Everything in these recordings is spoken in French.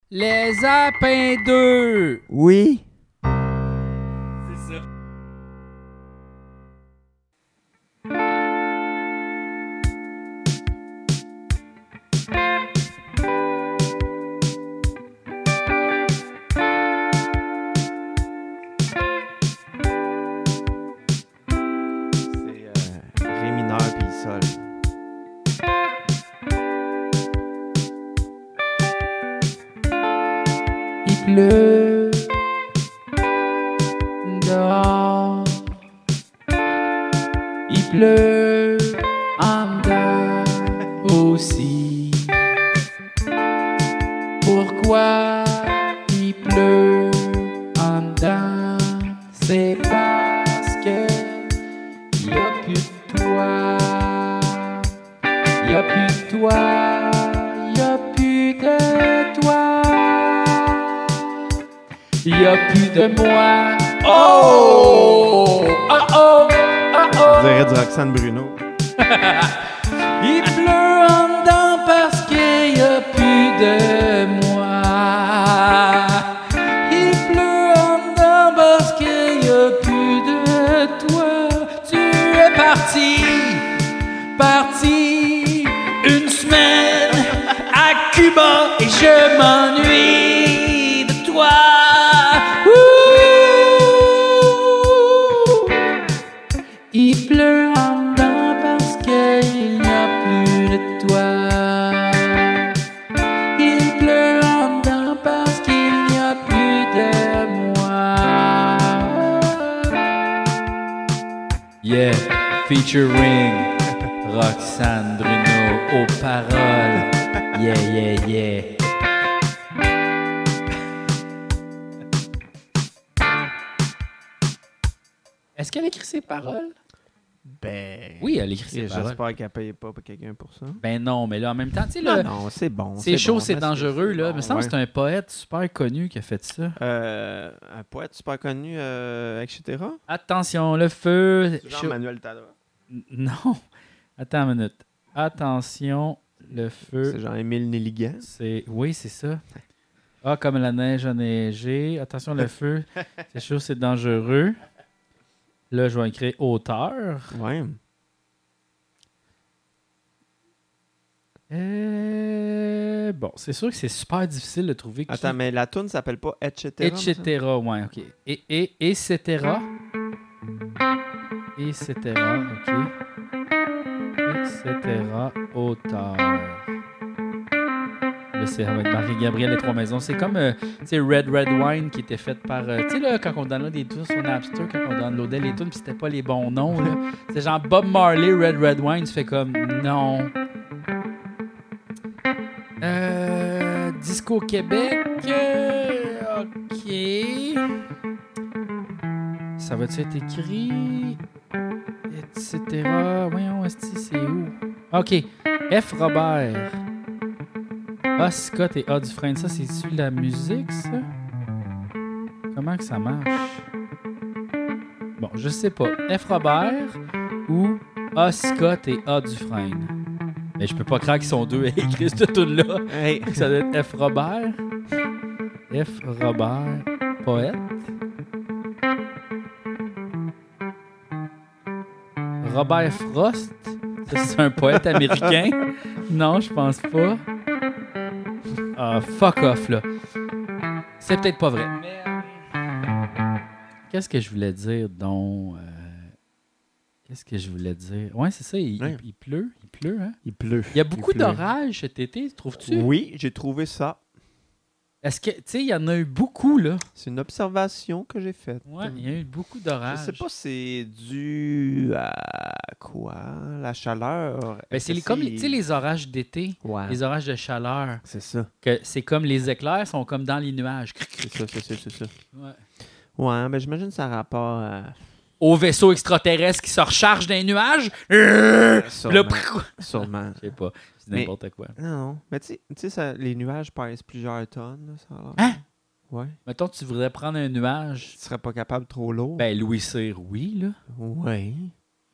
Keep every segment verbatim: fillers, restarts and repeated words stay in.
Les Apins deux! Oui. C'est ça. C'est euh, Ré mineur puis Sol. Il pleut dehors. Il pleut en dedans aussi. Pourquoi il pleut en dedans? C'est parce que il n'y a plus de toi. Il n'y a plus de toi. Il n'y a plus de toi. Il n'y a plus de moi. Oh! Oh oh! Oh oh! On dirait du Roxane Bruno. Il pleut en dedans parce qu'il n'y a plus de moi. Il pleut en dedans parce qu'il n'y a plus de toi. Tu es parti, parti une semaine à Cuba et je m'ennuie de toi. Ouh! Il pleut en dedans parce qu'il n'y a plus de toi. Il pleut en dedans parce qu'il n'y a plus de moi. Yeah, featuring Roxane Bruno aux paroles. Yeah, yeah, yeah. Est-ce qu'elle écrit ses paroles? Ben. Oui, elle écrit ses paroles. J'espère qu'elle paye pas pour quelqu'un pour ça. Ben non, mais là, en même temps, tu sais, Non, là, non, c'est bon. c'est chaud, bon, c'est parce que dangereux, c'est là. bon, Il me semble que ouais. c'est un poète super connu qui a fait ça. Euh, un poète super connu, euh, et cetera. Attention, le feu. C'est genre Chaud. Manuel Tadra. N- Non. Attends une minute. Attention, le feu. C'est genre Émile Nelligan. C'est... Oui, c'est ça. Ah, comme la neige a neigé. Attention, le feu. C'est chaud, c'est dangereux. Là, je vais écrire auteur. Ouais. Euh, Bon, c'est sûr que c'est super difficile de trouver qui... Attends, mais la toune s'appelle pas et cetera. Et cetera, ouais, ok. Et, et, et cetera. Et cetera, ok. Et cetera, auteur. Là, c'est ça va être Marie-Gabrielle Les Trois Maisons. C'est comme, euh, tu sais, Red Red Wine qui était faite par... euh, tu sais, là, quand on download des tunes sur Napster, quand on downloadait les tunes, puis c'était pas les bons noms, là. C'est genre Bob Marley, Red Red Wine, tu fais comme, non. Euh, Disco Québec. euh, ok. Ça va-tu être écrit? Etc. Voyons, est-ce que c'est où? Ok. F. Robert. A. Scott et A. Dufresne. Ça, c'est issu de la musique, ça? Comment que ça marche? Bon, je sais pas. F. Robert ou A. Scott et A. Dufresne. Mais je peux pas croire qu'ils sont deux à écrire cette tune-là. Hey. Ça doit être F. Robert. F. Robert, poète. Robert Frost. Ça, c'est un poète américain. Non, je pense pas. Ah, fuck off, là. C'est peut-être pas vrai. Mais, euh, qu'est-ce que je voulais dire, donc... euh, Qu'est-ce que je voulais dire? Ouais, c'est ça, il, Ouais. il- il pleut. Il pleut, hein? Il pleut. Il y a beaucoup pleut. d'orages cet été, trouves-tu? Oui, j'ai trouvé ça. Est-ce que, tu sais, il y en a eu beaucoup, là. C'est une observation que j'ai faite. Ouais, il y a eu beaucoup Je d'orages. sais pas si c'est dû à quoi? La chaleur? Ben, Est-ce c'est que les, comme les, tu sais, les orages d'été, Ouais. les orages de chaleur. C'est ça. Que c'est comme les éclairs sont comme dans les nuages. C'est ça, c'est ça, c'est ça. Ouais. Ouais, mais j'imagine que ça a rapport à... Au vaisseau extraterrestre qui se recharge dans les nuages. Euh, Sûrement. Là, prrr. Sûrement. Je sais pas, c'est Mais- n'importe quoi. Non, non. Mais tu sais- tu sais, ça- les nuages pèsent plusieurs tonnes. Là, ça a l'air. Hein? Ouais. Mettons, tu voudrais prendre un nuage. Tu serais pas capable trop lourd? Ben, Louis Cyr, oui, là. Ouais.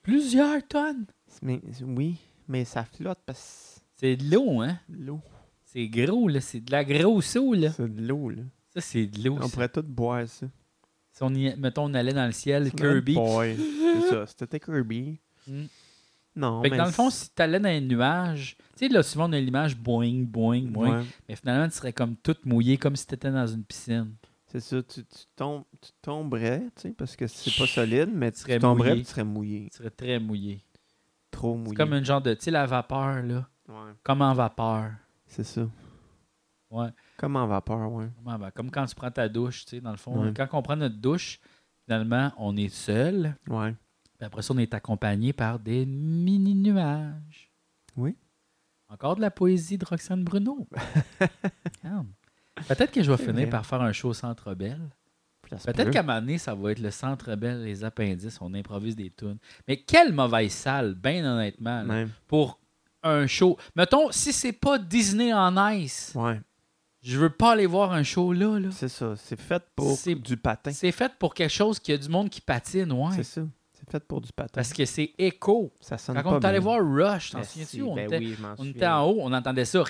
Plusieurs tonnes. Mais, oui, mais ça flotte parce C'est de l'eau, hein? que l'eau. C'est gros, là. C'est de la grosse eau, là. C'est de l'eau, là. Ça, c'est de l'eau. On ça. pourrait tout boire ça. Si on y, mettons, on allait dans le ciel, C'est Kirby. boy. C'est ça, c'était Kirby. Mm. Non, Fait que mais... dans le fond, si tu allais dans les nuages, tu sais, là, souvent, on a l'image boing, boing, boing. Ouais, Mais finalement, tu serais comme tout mouillé, comme si tu étais dans une piscine. c'est ça, tu, tu, tombes, tu tomberais, tu sais, parce que c'est pas solide, mais tu, serais tomberais mouillé. et tu serais mouillé. Tu serais très mouillé. Trop mouillé. C'est comme une genre de, tu sais, la vapeur, là. Ouais, Comme en vapeur. c'est ça. Ouais. Comme en vapeur, ouais. Comme, en va- comme quand tu prends ta douche, tu sais, dans le fond. Ouais. Quand on prend notre douche, finalement, on est seul. Ouais. Puis après ça, on est accompagné par des mini-nuages. Oui. Encore de la poésie de Roxane Bruno. Regarde. Peut-être que je vais C'est finir vrai. par faire un show au Centre Bell. Ça se Peut-être peut. qu'à un moment donné, ça va être le Centre Bell, les appendices, on improvise des tunes. Mais quelle mauvaise salle, bien honnêtement, là, Même. pour un show. Mettons, si c'est pas Disney en Ice, Ouais, je veux pas aller voir un show là. là. c'est ça. C'est fait pour C'est- du patin. C'est fait pour quelque chose qui a du monde qui patine, ouais. C'est ça. C'est fait pour du patin. Parce que c'est écho. ça sonne Quand pas on est allé bien. voir Rush, t'en Ben souviens-tu? si, On, ben était, oui, je m'en on souviens. était en haut, on entendait ça.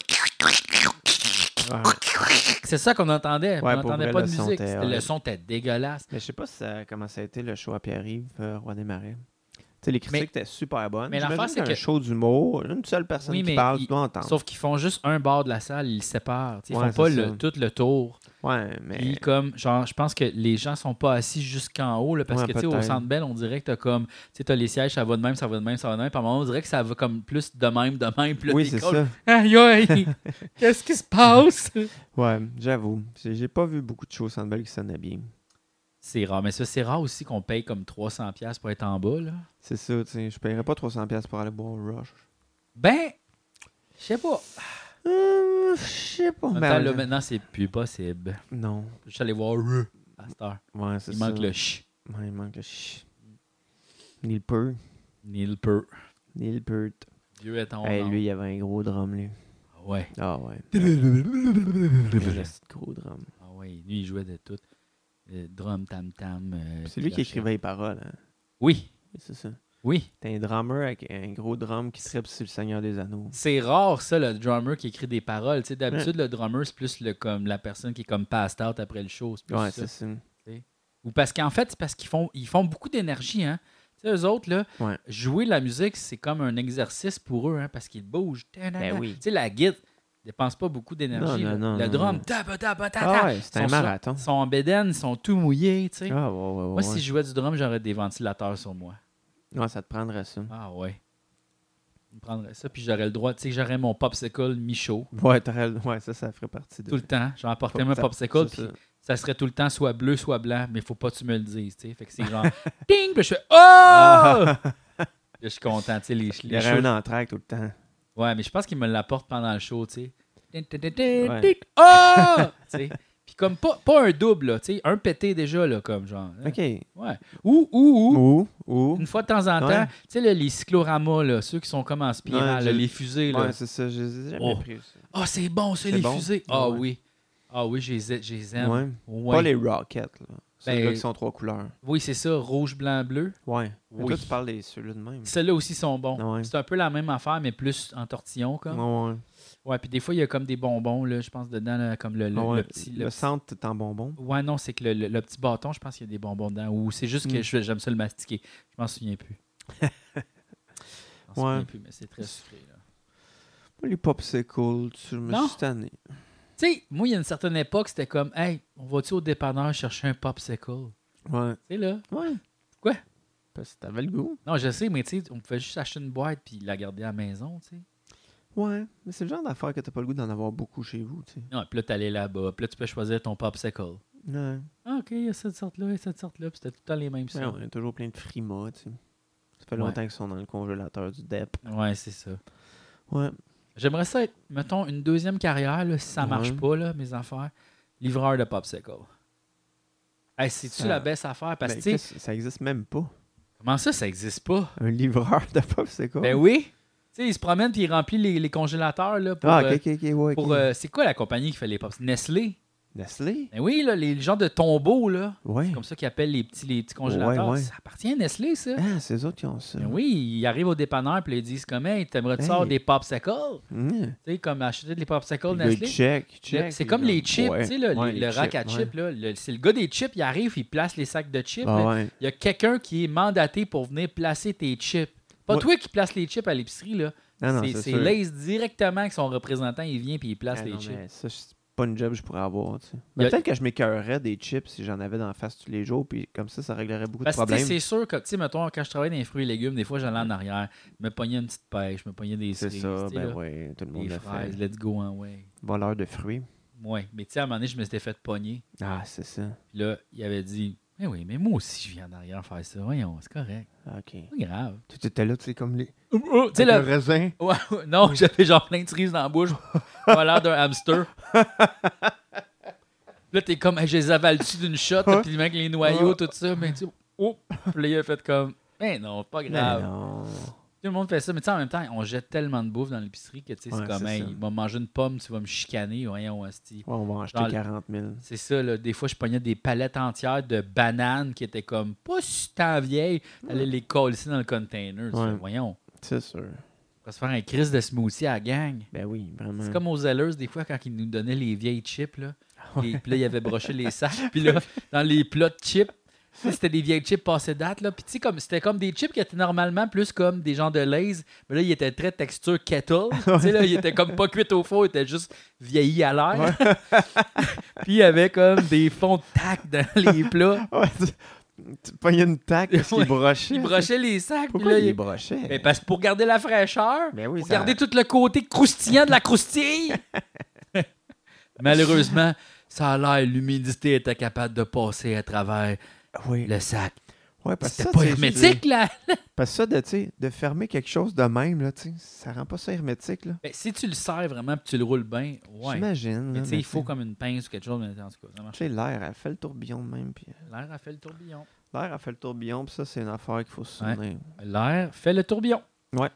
Ouais. C'est ça qu'on entendait. Ouais, on pour n'entendait vrai, pas de le son musique. était- C'était- ouais. Le son était dégueulasse. Mais je sais pas si ça, comment ça a été le show à Pierre-Yves, euh, Roi des Marais. Tu sais, les critiques Mais- étaient super bonnes. mais l'affaire, J'imagine c'est qu'un que- show d'humour, une seule personne Oui, qui mais parle, il- tu dois entendre. Sauf qu'ils font juste un bord de la salle, ils le séparent. T'sais, Ils Ouais, font pas c'est le, ça. tout le tour. Ouais, mais... Puis comme, genre, je pense que les gens sont pas assis jusqu'en haut, là, parce Ouais, que, tu sais, au peut-être. Centre Bell, on dirait que t'as comme, tu sais, t'as les sièges, ça va de même, ça va de même, ça va de même. Puis à un moment, on dirait que ça va comme plus de même, de même. Puis là, Oui, t'es c'est comme, ça. aïe, aïe, qu'est-ce qui se passe? Ouais, j'avoue. J'ai j'ai pas vu beaucoup de shows au Centre Bell qui sonnaient bien. C'est rare, mais ça, c'est rare aussi qu'on paye comme trois cents dollars pour être en bas, là. C'est ça, tu sais. Je paierais pas trois cents dollars pour aller boire Rush. Ben, je sais pas. Euh, je sais pas. En même Ben, temps, là, ouais. maintenant, c'est plus possible. Non. Je suis allé voir Re à cette heure. Ouais, c'est Il ça. manque le ch. Ouais, il manque le ch. Neil Peart. Neil Peart. Neil Peart. Dieu est ton Hey, nom. lui, il avait un gros drum, lui. Ouais. Ah ouais. Un esti de gros drum. Ah ouais, lui, il jouait de tout. Euh, drum, tam, tam. euh, C'est lui qui clochette. écrivait les paroles. Hein. Oui, C'est ça. oui. T'es un drummer avec un gros drum qui tripe sur le Seigneur des Anneaux. C'est rare, ça, le drummer qui écrit des paroles. Tu sais, d'habitude, le drummer, c'est plus le, comme, la personne qui est comme passed out après le show. C'est plus Ouais, ça. c'est ça. Ou parce qu'en fait, c'est parce qu'ils font, ils font beaucoup d'énergie. Hein? Tu sais, eux autres, là, Ouais. jouer la musique, c'est comme un exercice pour eux, hein, parce qu'ils bougent. Ben oui. Tu sais, la guitare dépense pas beaucoup d'énergie. Non, là. non, non, le non, drum, non. tapa, tapa, tapa, Ah ouais, c'est un Ils sont- marathon. Ils sont en bédaine, ils sont tout mouillés. Tu sais. Ah ouais, ouais, ouais. Moi, ouais. si je jouais du drum, j'aurais des ventilateurs sur moi. Ouais, ça te prendrait ça. Ah ouais. Je prendrais ça, puis j'aurais le droit, tu sais, j'aurais mon popsicle mi-chaud Ouais, t'aurais le- ouais, ça, ça ferait partie de tout le temps. J'en apportais Faut mon que popsicle, ça, puis ça. ça serait tout le temps soit bleu, soit blanc, mais il faut pas que tu me le dises, tu sais. Fait que c'est genre, ding, puis je fais, oh! Puis je suis content, tu sais, les, Il y les aurait shows- un entraque tout le temps. Ouais, mais je pense qu'il me l'apporte pendant le show, tu sais. Ouais. Oh! Tu sais. Puis comme pas, pas un double, là, tu sais, un pété déjà, là, comme genre. hein. OK. Ouais. Ou, ou, ou, Ou, ou. une fois de temps en temps, Ouais. tu sais, là, les cycloramas, là, ceux qui sont comme en spirale, Ouais, là, je- les fusées, là. Ouais, c'est ça, je les ai jamais Oh. pris. ça. Ah, c'est bon, c'est C'est les bon? fusées. Ah Ah ouais. oui. Ah oui, je les ai- je les aime. Ouais. Ouais. Pas les Rockets, là. Ceux-là Ben- qui sont trois couleurs. Oui, c'est ça, rouge, blanc, bleu. Ouais. Mais Oui. toi, tu parles des ceux-là de même. Ceux-là aussi sont bons. Ouais. C'est un peu la même affaire, mais plus en tortillon, comme. Ouais, ouais. Ouais, puis des fois, il y a comme des bonbons, là, je pense, dedans, là, comme le, le, Ah ouais. le petit... Le le- centre, t'es en bonbon. Ouais, non, c'est que le, le- le petit bâton, je pense qu'il y a des bonbons dedans. Ou c'est juste que Mm. je- j'aime ça le mastiquer. Je m'en souviens plus. Je m'en souviens Ouais. plus, mais c'est très sucré, là. Pas les popsicles, tu me Non. suis tanné. Tu sais, moi, il y a une certaine époque, c'était comme, hey, on va-tu au dépanneur chercher un popsicle? Ouais. Tu sais, là. Ouais. Quoi? Parce que t'avais le goût. Non, je sais, mais tu sais, on pouvait juste acheter une boîte puis la garder à la maison, tu sais. Ouais. Mais c'est le genre d'affaire que t'as pas le goût d'en avoir beaucoup chez vous, tu sais. Ouais, puis là, t'allais là-bas. Puis là, tu peux choisir ton popsicle. Ouais. Ah, OK, il y a cette sorte-là et cette sorte-là. Puis c'était tout le temps les mêmes Ouais, sortes. on a toujours plein de frimas, tu sais. Ça fait Ouais. longtemps qu'ils sont dans le congélateur du D E P. Ouais, c'est ça. Ouais. J'aimerais ça être, mettons, une deuxième carrière, là, si ça marche Ouais. pas, là, mes affaires. Livreur de popsicle. Hey, c'est-tu Ça- la best affaire? Parce Ben, que, tu sais, qu'est-ce- ça existe même pas. comment ça, ça existe pas? Un livreur de popsicles. Ben oui! Tu sais, il se promène puis il remplit les, les congélateurs, là, pour... Ah, euh, ok, ok, ok, ouais. pour ok. euh, c'est quoi la compagnie qui fait les popsicles? Nestlé? Nestlé? Ben oui, là, les genres de tombeaux, là. Oui. C'est comme ça qu'ils appellent les petits, les petits congélateurs. Ouais, ouais. Ça appartient à Nestlé, ça. Ah, c'est eux autres qui ont ça. Ben oui, ils arrivent au dépanneur et ils disent comment, hey, t'aimerais-tu Hey. sortir des popsicles? Mmh. Tu sais, comme acheter des popsicles Le gars, Nestlé. il check, il Le- check, C'est il comme est les comme- chips, ouais. tu sais, là, Ouais, les- les le rack chips, à chips. Là, le- c'est le gars des chips, il arrive, il place les sacs de chips. Ah là. ouais. Il y a quelqu'un qui est mandaté pour venir placer tes chips. Pas Ouais. toi qui place les chips à l'épicerie, là. Non, non, c'est c'est c'est sûr. Lays directement que son représentant, il vient et il place Ah les non, chips. mais ça, c'est pas une job que je pourrais avoir. Tu sais. Il y Mais a- peut-être que je m'écœurerais des chips si j'en avais dans la face tous les jours, puis comme ça, ça réglerait beaucoup Parce de que tu sais, problèmes. c'est sûr que, tu sais, mettons, quand je travaillais dans les fruits et légumes, des fois, j'allais en arrière, je me pognais une petite pêche, je me pognais des C'est cerises, ça, tu sais, ben là, oui, tout le monde des le fraises, fait. let's go, hein, ouais. Voleur de fruits. Ouais, mais tu sais, à un moment donné, je me suis fait pogner. Ah, c'est ça. Puis là, il avait dit, mais oui, mais moi aussi, je viens en arrière faire ça. Voyons, c'est correct. OK. C'est pas grave. Tu étais là, tu sais, comme les. Oh, oh, tu sais, Avec là, le raisin. ouais, ouais, non, j'avais genre plein de cerises dans la bouche. Pas l'air d'un hamster. Là, t'es comme, hey, je les avale dessus d'une shot, là, puis avec les noyaux, tout ça. Mais tu sais, oh, puis là, il a fait comme, mais non, pas grave. Mais non. Tout le monde fait ça, mais tu sais, en même temps, on jette tellement de bouffe dans l'épicerie que tu sais, c'est Ouais, comme, c'est hey, ça. il va manger une pomme, tu vas me chicaner, voyons, hostie. Ouais, on va en acheter Genre, quarante mille. C'est ça, là. Des fois, je pognais des palettes entières de bananes qui étaient comme pas si tant vieilles. T'allais les coller dans le container. Tu Ouais. fais, voyons, C'est sûr. on va se faire un crise de smoothie à la gang. Ben oui, vraiment. C'est comme aux Zellers, des fois, quand ils nous donnaient les vieilles chips, là. Les- Puis là, ils avaient broché les sacs. Puis là, dans les plats de chips, tu sais, c'était des vieilles chips passées date, là. Puis tu sais, comme, c'était comme des chips qui étaient normalement plus comme des genres de Lay's. Mais là, ils étaient très texture kettle. Tu sais, là, ils étaient comme pas cuits au four, ils étaient juste vieillis à l'air. Puis il y avait comme des fonds de tac dans les plats. Ouais, tu, tu pognais une taque parce Ouais. qu'il brochait. Ils brochaient les sacs. Pourquoi puis là, il les ils- brochait? Ben, parce que pour garder la fraîcheur, Ben oui, pour ça- garder tout le côté croustillant de la croustille. Malheureusement, ça a l'air, l'humidité était capable de passer à travers Oui. le sac. Ouais, parce que C'était ça, pas tu sais, hermétique, là. Parce que ça, de, tu sais, de fermer quelque chose de même, là, tu sais, ça rend pas ça hermétique. Là. Ben, si tu le serres vraiment et tu le roules bien, ouais. J'imagine. Mais là, tu sais, mais il faut tu sais, comme une pince ou quelque chose, mais en tout cas, ça marche. Tu sais, l'air, elle fait le tourbillon de même. Puis L'air a fait le tourbillon. l'air, elle fait le tourbillon, puis ça, c'est une affaire qu'il faut se Ouais. souvenir. L'air fait le tourbillon. Ouais.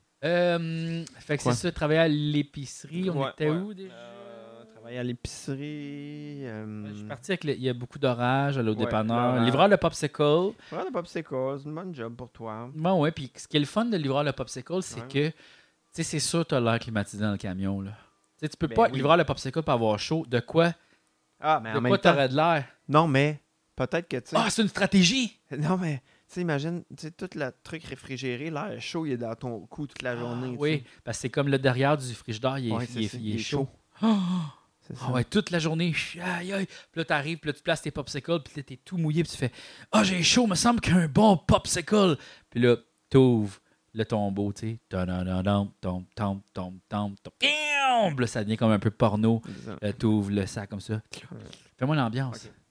Euh, fait que Quoi? c'est ça, travailler à l'épicerie. On Ouais, était ouais. où déjà? Euh, travailler à l'épicerie. Euh... Ouais, Je suis parti avec le- il y a beaucoup d'orage, aller au Ouais, dépanneur. l'orage. Livreur de popsicle. Ouais, le popsicle, c'est une bonne job pour toi. Bon, ouais, puis ce qui est le fun de livreur le popsicle, c'est Ouais. que, tu sais, c'est sûr, tu as l'air climatisé dans le camion, là. Tu sais, tu peux Ben pas oui. livrer le popsicle pour avoir chaud. De quoi? Ah, mais De en quoi même temps. t'aurais de l'air? Non, mais peut-être que tu sais. Ah, c'est une stratégie! Non, mais tu sais, imagine, tu sais, tout le truc réfrigéré, l'air chaud, il est dans ton cou toute la journée. Ah, tu oui, sais. parce que c'est comme le derrière du frigidaire, il est, Ouais, il c'est est- ça, il est chaud. C'est ça. Ah ouais, toute la journée, aïe aïe. Puis là, t'arrives, puis là, tu places tes popsicles, puis là, t'es tout mouillé, puis tu fais ah, j'ai chaud, me semble qu'un bon popsicle. Puis là, t'ouvres le tombeau, tu sais. Tom, tom, tom, tom, tom, tom. Puis là, ça devient comme un peu porno. C'est ça. Là, t'ouvres le sac comme ça. Fais-moi l'ambiance. Ok.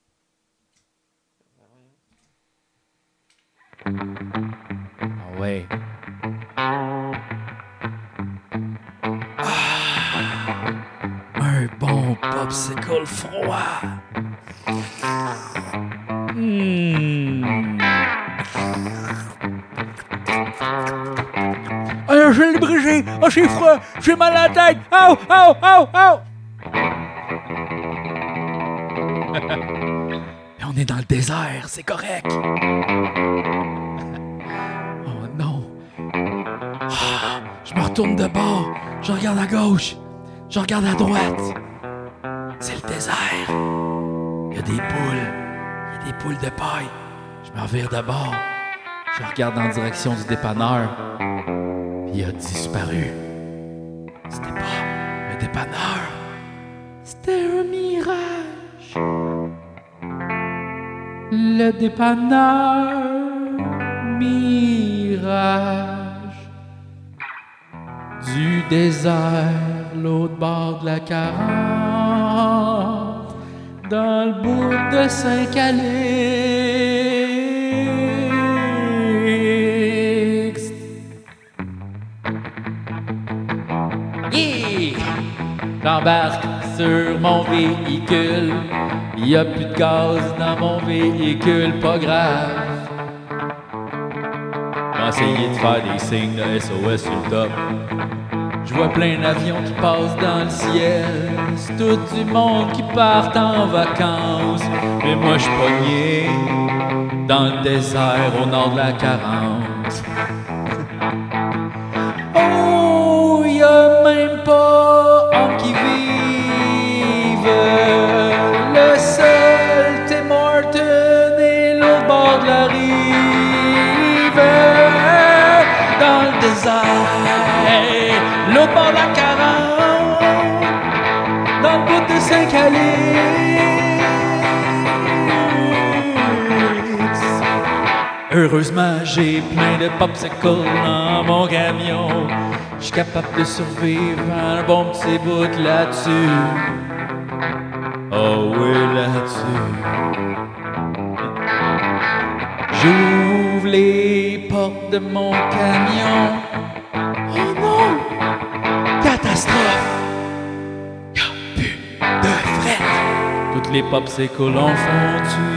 Ah ouais. Ah, un bon popsicle froid. Mmh. Ah, je l'ai brisé. Ah, j'ai froid. J'ai mal à la tête. Au, au, au, au. Et on est dans le désert, c'est correct. Oh non. Ah, je me retourne de bord. Je regarde à gauche. Je regarde à droite. C'est le désert. Il y a des poules. Il y a des poules de paille. Je me revire de bord. Je regarde en direction du dépanneur. Puis il a disparu. C'était pas le dépanneur. C'était un mirage. Le dépanneur mirage du désert, l'autre bord de la quarante, dans le bout de Saint-Calixte. Yeah! J'embarque sur mon véhicule. Il n'y a plus de gaz dans mon véhicule, pas grave. Je vais essayer de faire des signes de S O S sur le top. Je vois plein d'avions qui passent dans le ciel. C'est tout du monde qui part en vacances. Mais moi je suis pogné dans le désert au nord de la Carence. Oh, y a même pas hommes qui vivent. Le seul Tim Horton et l'autre bord de la rive. Dans le désert, l'autre bord de la Carence, dans le bout de Saint-Calix. Heureusement, j'ai plein de popsicles dans mon camion. Je suis capable de survivre un bon petit bout là-dessus. Oh oui, là-dessus. J'ouvre les portes de mon camion. Oh non! Catastrophe! Y'a plus de fret! Toutes les popsicles ont fondu.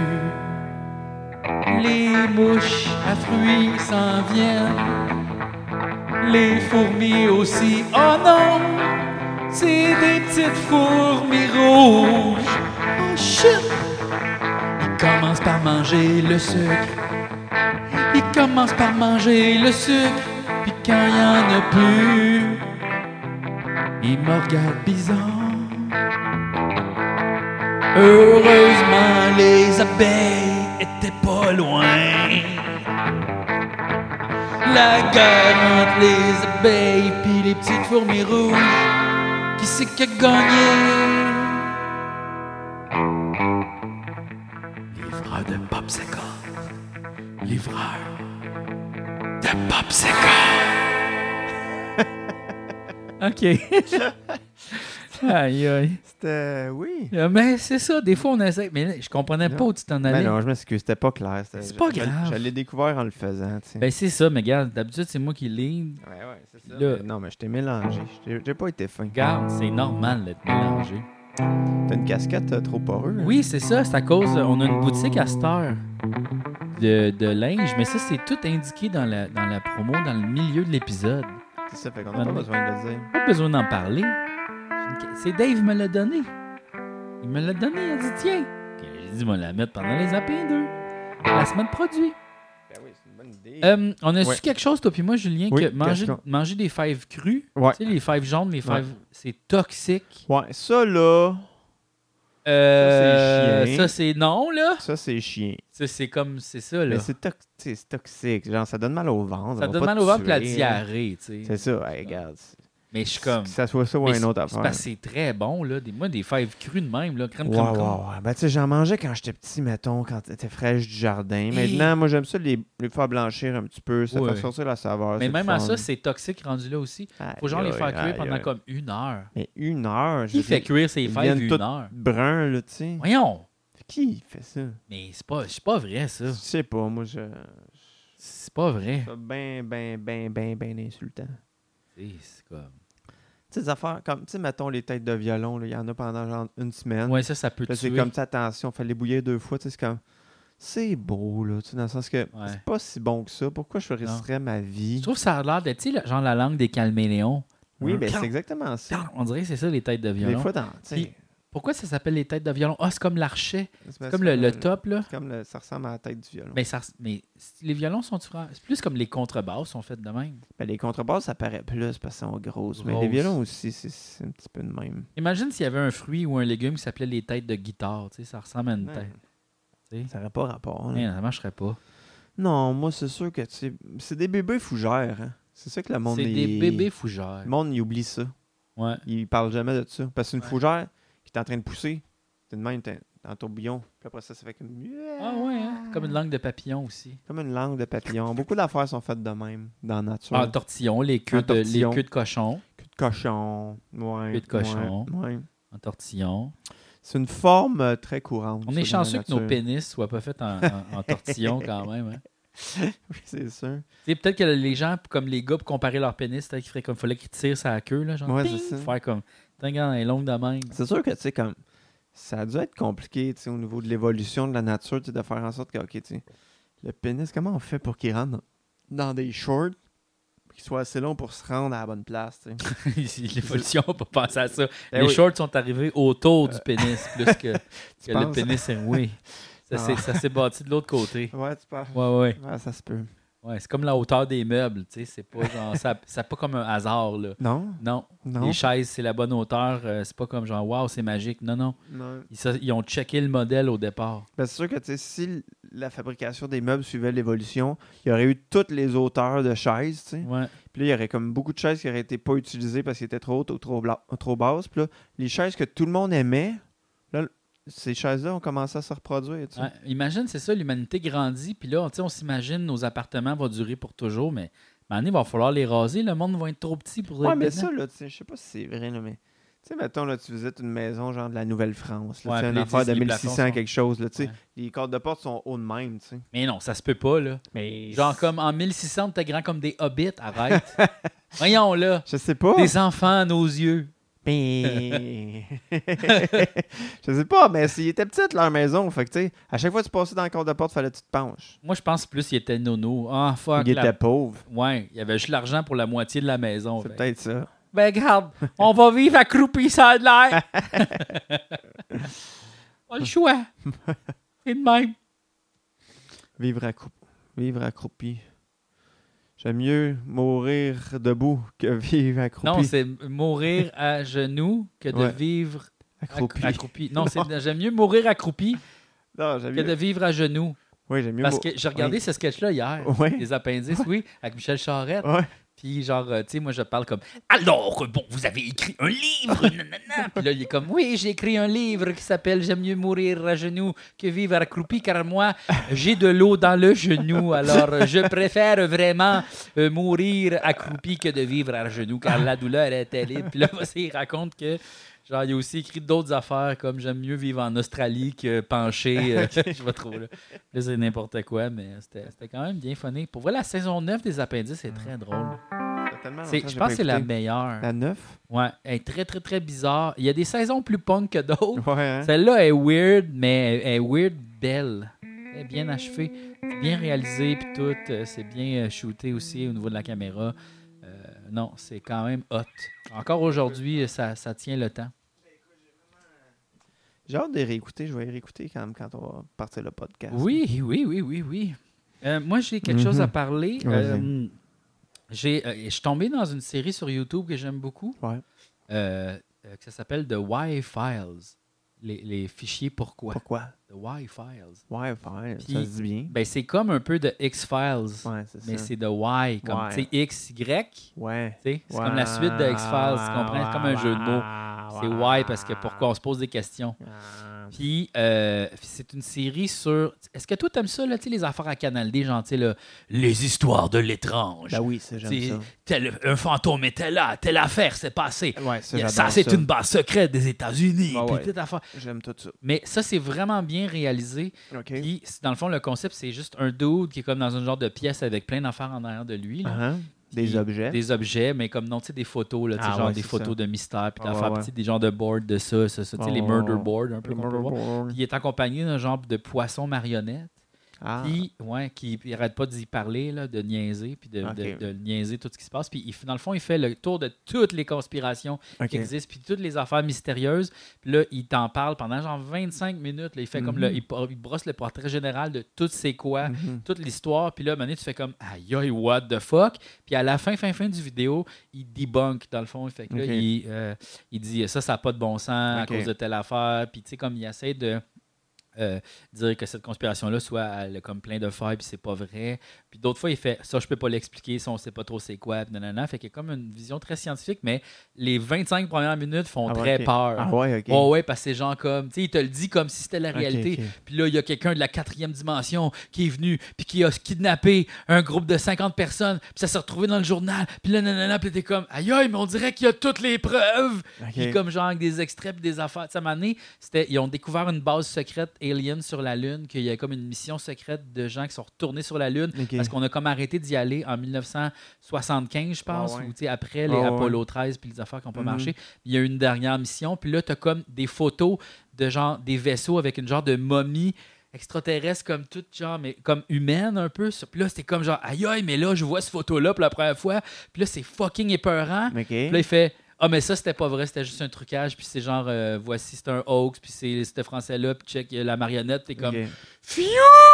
Les mouches à fruits s'en viennent. Les fourmis aussi. Oh non! C'est des petites fourmis rouges. Oh shit! Ils commencent par manger le sucre. Ils commencent par manger le sucre. Puis quand il n'y en a plus, ils me regardent bizarre. Heureusement, les abeilles étaient pas loin. La guerre entre les abeilles puis les petites fourmis rouges. Qui c'est qui a gagné? Livreur de popsicle. Livreur de popsicle. OK. Aïe, aïe. C'était... Oui. Euh, Mais c'est ça, des fois on essaie. Mais là, je comprenais pas Non. où tu t'en Ben allais. non, je m'excuse, c'était pas clair. c'était- C'est pas je- je- grave. Je l'ai découvert en le faisant, tu sais. Ben c'est ça, mais regarde, d'habitude c'est moi qui lead. Ouais, ouais, c'est ça. Là- Mais non, mais je t'ai mélangé. J'ai j'ai pas été fin. Regarde, c'est normal d'être mélangé. T'as une casquette euh, trop poreuse. Oui, c'est ça, c'est à cause. On a une boutique à cette heure de, de linge, mais ça c'est tout indiqué dans la, dans la promo, dans le milieu de l'épisode. C'est ça, fait qu'on a Ben pas oui. besoin de le dire. Pas besoin d'en parler. J'ai une ca- C'est Dave qui me l'a donné. Il me l'a donné, il a dit tiens. Puis j'ai dit, moi la mettre pendant les A P deux. La semaine de produit. Ben oui, c'est une bonne idée. Euh, on a Ouais. su quelque chose, toi puis moi, Julien, Oui, que manger, qu'est-ce qu'on- manger des fèves crues, Ouais. tu sais, les fèves jaunes, les Ouais. fèves, c'est toxique. Ouais, ça là, Euh, c'est chiant. ça, c'est non, là. ça c'est chiant. Ça, c'est comme, c'est ça, là. Mais c'est tox- tu sais, c'est toxique. Genre, ça donne mal au ventre. Ça va donne pas mal te au ventre puis la tuer, hein. diarrhée, tu sais. C'est ça, hey, regarde. Mais je suis comme... Que ça soit ça ou mais une c'est- autre c'est affaire. parce que c'est très bon, là. Des, moi, des fèves crues de même, là. Crème, Ouais, crème, ouais, crème. ouais. Ben, tu sais, j'en mangeais quand j'étais petit, mettons, quand t'étais fraîche du jardin. Hey. Maintenant, moi, j'aime ça les, les faire blanchir un petit peu. Ça Ouais. fait sortir la saveur. Mais c'est même le à fun. ça, c'est toxique rendu là aussi. Faut genre Aïe, les faire aïe, cuire aïe, pendant aïe. comme une heure. Mais une heure. je Qui veux fait dire, cuire ses ils fèves viennent une toutes heure? brun, là, tu sais. Voyons! Qui fait ça? Mais c'est pas, c'est pas vrai, ça. Je sais pas, moi, je... C'est pas vrai. C'est ben, ben, ben, ben, ben insultant. C'est c'est comme... Tu sais, des affaires comme, tu sais, mettons les têtes de violon, là, il y en a pendant genre une semaine. Ouais, ça, ça peut Là, c'est tuer. comme, tu sais, attention, fallait bouillir deux fois, tu sais, c'est comme... C'est beau, là, tu sais, dans le sens que Ouais. c'est pas si bon que ça. Pourquoi je risquerais ma vie? Je trouve que ça a l'air de, tu sais, le- genre la langue des calméléons. Oui, ben Clan, c'est exactement ça. clan. On dirait que c'est ça, les têtes de Des violon. fois, dans, tu sais, Puis- Pourquoi ça s'appelle les têtes de violon? Ah, c'est comme l'archet. c'est C'est comme le, le top, là. c'est comme le- ça ressemble à la tête du violon. Mais, ça, mais les violons sont C'est plus comme les contrebasses sont faites de même. Ben, les contrebasses, ça paraît plus parce qu'elles sont grosses. Mais les Grosses. violons aussi, c'est, c'est un petit peu de même. Imagine s'il y avait un fruit ou un légume qui s'appelait les têtes de guitare. Tu sais, ça ressemble à une Ouais. tête. Tu sais. Ça n'aurait pas rapport. là. Hey, ça marcherait pas. Non, moi, c'est sûr que tu sais, c'est des bébés fougères. Hein. C'est ça que le monde... C'est des il- bébés fougères. Le monde, il oublie ça. Ouais. Il parle jamais de ça. Parce qu'une Ouais. fougère qui est en train de pousser, c'est de même, t'es dans le tourbillon. Puis après ça, ça fait comme... Ah ouais, hein? Comme une langue de papillon aussi. Comme une langue de papillon. Beaucoup d'affaires sont faites de même dans la nature. Ah, tortillon, les queues, Un de, les tortillon. queues de cochon. Queue de cochon. Ouais, Queue de cochon. ouais, ouais. En tortillon. C'est une forme euh, très courante. On ça, est dans la chanceux que nos nature. pénis soient pas faits en, en- en tortillon quand même. Hein? Oui, c'est sûr. Tu sais, peut-être que les gens, comme les gars, pour comparer leur pénis, peut-être qu'il ferait comme fallait qu'ils tirent sa queue. Là, genre, Ouais, ping, c'est ça. faire comme. T'as regarde, elle est longue de même. C'est sûr que, tu sais, comme... Ça a dû être compliqué, tu sais, au niveau de l'évolution de la nature, tu sais, de faire en sorte que, OK, tu sais, le pénis, comment on fait pour qu'il rentre dans, dans des shorts, qu'il soit assez long pour se rendre à la bonne place. Tu sais. L'évolution, on peut penser à ça. Ben les oui. shorts sont arrivés autour du pénis plus que, que le penses? pénis est. Oui. Ça, Ah. s'est, ça s'est bâti de l'autre côté. Ouais, tu penses? Ouais, ouais. Ouais, ça se peut. Ouais, c'est comme la hauteur des meubles, tu sais, c'est pas genre ça, c'est pas comme un hasard là. Non? Non, Non? les chaises c'est la bonne hauteur, euh, c'est pas comme genre waouh, c'est magique. Non non, Non. ils, ça- ils ont checké le modèle au départ. Ben, c'est sûr que tu sais, si l- la fabrication des meubles suivait l'évolution, il y aurait eu toutes les hauteurs de chaises, tu sais. Ouais. Puis là, il y aurait comme beaucoup de chaises qui auraient été pas utilisées parce qu'elles étaient trop hautes ou trop, bla- trop basses. Puis là, les chaises que tout le monde aimait, là, ces chaises-là ont commencé à se reproduire, tu sais. Ouais, imagine, c'est ça, l'humanité grandit, puis là, tu sais, on s'imagine nos appartements vont durer pour toujours, mais à un moment donné, il va falloir les raser, le monde va être trop petit pour Ouais, être mais dedans. ça, là, tu sais, je sais pas si c'est vrai, là, mais... Tu sais, mettons, là, tu visites une maison, genre de la Nouvelle-France, là, Ouais, tu sais, puis une les affaire dix- de les mille plafonds six cents sont- quelque chose, là, tu sais. Ouais. Les cordes de porte sont hauts de même, tu sais. Mais non, ça se peut pas, là. Mais... Genre comme en mille six cents, t'es grand comme des hobbits, arrête. Voyons, là. Je sais pas. Des enfants à nos yeux. Mais... je sais pas, mais s'ils étaient petites, leur maison, fait que, tu sais, à chaque fois que tu passais dans le corps de porte, fallait que tu te penches. Moi, je pense plus qu'il était nono. Ah, fuck. Il la- était pauvre. Ouais, il y avait juste l'argent pour la moitié de la maison. C'est Fait- peut-être ça. Ben, regarde, on va vivre accroupi, ça a de l'air. Pas le choix. C'est de même. Vivre, accroup... Vivre accroupi. J'aime mieux mourir debout que vivre accroupi. Non, c'est mourir à genoux que de Ouais. vivre accroupi. acc- accroupi. Non, c'est j'aime mieux mourir accroupi Non, j'aime que mieux... de vivre à genoux. Oui, j'aime mieux... Parce mou- que j'ai regardé Oui. ce sketch-là hier, Ouais. les appendices, oui, avec Michel Charette. Ouais. Puis genre, euh, tu sais, moi, je parle comme « Alors, bon, vous avez écrit un livre, nanana. » Puis là, il est comme « Oui, j'ai écrit un livre qui s'appelle « J'aime mieux mourir à genoux que vivre accroupi, car moi, j'ai de l'eau dans le genou. Alors, euh, je préfère vraiment euh, mourir accroupi que de vivre à genoux, car la douleur est terrible. » Puis là, il raconte que genre, il a aussi écrit d'autres affaires comme j'aime mieux vivre en Australie que pencher. euh, je vais trop là. Là, c'est n'importe quoi, mais c'était c'était quand même bien funny. Pour vrai, la saison neuf des appendices, c'est très drôle. Ça fait tellement C'est- longtemps Je j'ai pense pas que c'est la écouté. meilleure. La neuf? Ouais, elle est très, très, très bizarre. Il y a des saisons plus punk que d'autres. Ouais, hein? Celle-là est weird, mais elle est weird belle. Elle est bien achevée. C'est bien réalisé, puis tout. euh, C'est bien euh, shooté aussi au niveau de la caméra. Euh, non, c'est quand même hot. Encore aujourd'hui, ça, ça tient le temps. J'ai hâte de les réécouter. Je vais les réécouter quand, quand on va partir le podcast. Oui, oui, oui, oui, oui. Euh, moi, j'ai quelque chose à Mhm. parler. Vas-y. Euh, j'ai, euh, je suis tombé dans une série sur YouTube que j'aime beaucoup, Ouais. euh, euh, que ça s'appelle The Why Files. Les, les fichiers pourquoi. Pourquoi? The Why Files. Ouais, ouais, Puis- ça se dit bien. Ben, c'est comme un peu de X-Files, Ouais, c'est mais ça. c'est de Why, comme Ouais. tu sais, X, Y. Ouais. tu sais, C'est comme la suite de X-Files, tu comprends? C'est comme un jeu de mots. C'est Why parce que pourquoi on se pose des questions. Ah, Puis, euh, c'est une série sur. Est-ce que toi, t'aimes ça, là, tu sais, les affaires à Canal D, genre, tu sais, là, les histoires de l'étrange. Ben oui, ça, j'aime C'est- ça. Tel, un fantôme était là, telle affaire s'est passée. Ouais, ça, Il y a- j'adore ça, c'est une base secrète des États-Unis. Ah puis ouais. toute affaire. J'aime tout ça. Mais ça, c'est vraiment bien réalisé. OK. Puis, c'est- dans le fond, le concept, c'est juste un dude qui est comme dans un genre de pièce avec plein d'affaires en arrière de lui. là. Uh-huh. Des Puis objets. Des objets, mais comme non, tu sais, des photos, là, tu sais, Ah genre ouais, des c'est photos ça. de mystère, puis Ah d'affaires, ouais, puis tu sais, des genres de boards de ça, ça, ça, tu sais, Ah les ouais, murder ouais. boards, un peu comme on peut voir. Puis il est accompagné d'un genre de poisson marionnette. Ah. Puis, ouais, qui il arrête pas d'y parler, là, de niaiser, puis de, Ok. de, de niaiser tout ce qui se passe. Puis, il- dans le fond, il fait le tour de toutes les conspirations OK. qui existent, puis toutes les affaires mystérieuses. Puis là, il t'en parle pendant genre vingt-cinq minutes. Là, il fait comme Mhm. le, il, por- il brosse le portrait général de tout c'est quoi, Mhm. toute l'histoire. Puis là, à un moment donné, tu fais comme aïe, aïe, what the fuck. Puis à la fin, fin, fin du vidéo, il debunk, dans le fond. Il fait que là, Ok. il, euh, il dit ça, ça n'a pas de bon sens à Ok. cause de telle affaire. Puis tu sais, comme il essaie de. euh, dire que cette conspiration-là soit elle a comme plein de failles puis c'est pas vrai. Puis d'autres fois, il fait ça, je peux pas l'expliquer, ça, on sait pas trop c'est quoi. Puis nanana. Fait qu'il y a comme une vision très scientifique, mais les vingt-cinq premières minutes font Ah ouais, très ok. peur. Ah ouais, OK. Ouais, ouais, parce que c'est genre comme, tu sais, il te le dit comme si c'était la Ok, réalité. ok. Puis là, il y a quelqu'un de la quatrième dimension qui est venu, puis qui a kidnappé un groupe de cinquante personnes, puis ça s'est retrouvé dans le journal. Puis là, nanana, puis t'es comme, aïe, aïe, mais on dirait qu'il y a toutes les preuves. OK. Puis comme genre avec des extraits, puis des affaires. Tu sais, à un moment donné, c'était, ils ont découvert une base secrète alien sur la Lune, qu'il y a comme une mission secrète de gens qui sont retournés sur la Lune. OK. Parce qu'on a comme arrêté d'y aller en mille neuf cent soixante-quinze, je pense, Ah ouais. ou tu sais, après les Ah ouais. Apollo treize puis les affaires qui n'ont pas Mhm. marché. Il y a eu une dernière mission, puis là, tu as comme des photos de genre des vaisseaux avec une genre de momie extraterrestre comme toute, genre, mais comme humaine un peu. Puis là, c'était comme genre, aïe aïe, mais là, je vois cette photo-là pour la première fois. Puis là, c'est fucking épeurant. OK. Puis là, il fait, ah, mais ça, c'était pas vrai, c'était juste un trucage. Puis c'est genre, euh, voici, c'est un hoax. Puis c'est ce français-là, puis check la marionnette. T'es comme, OK. fiou!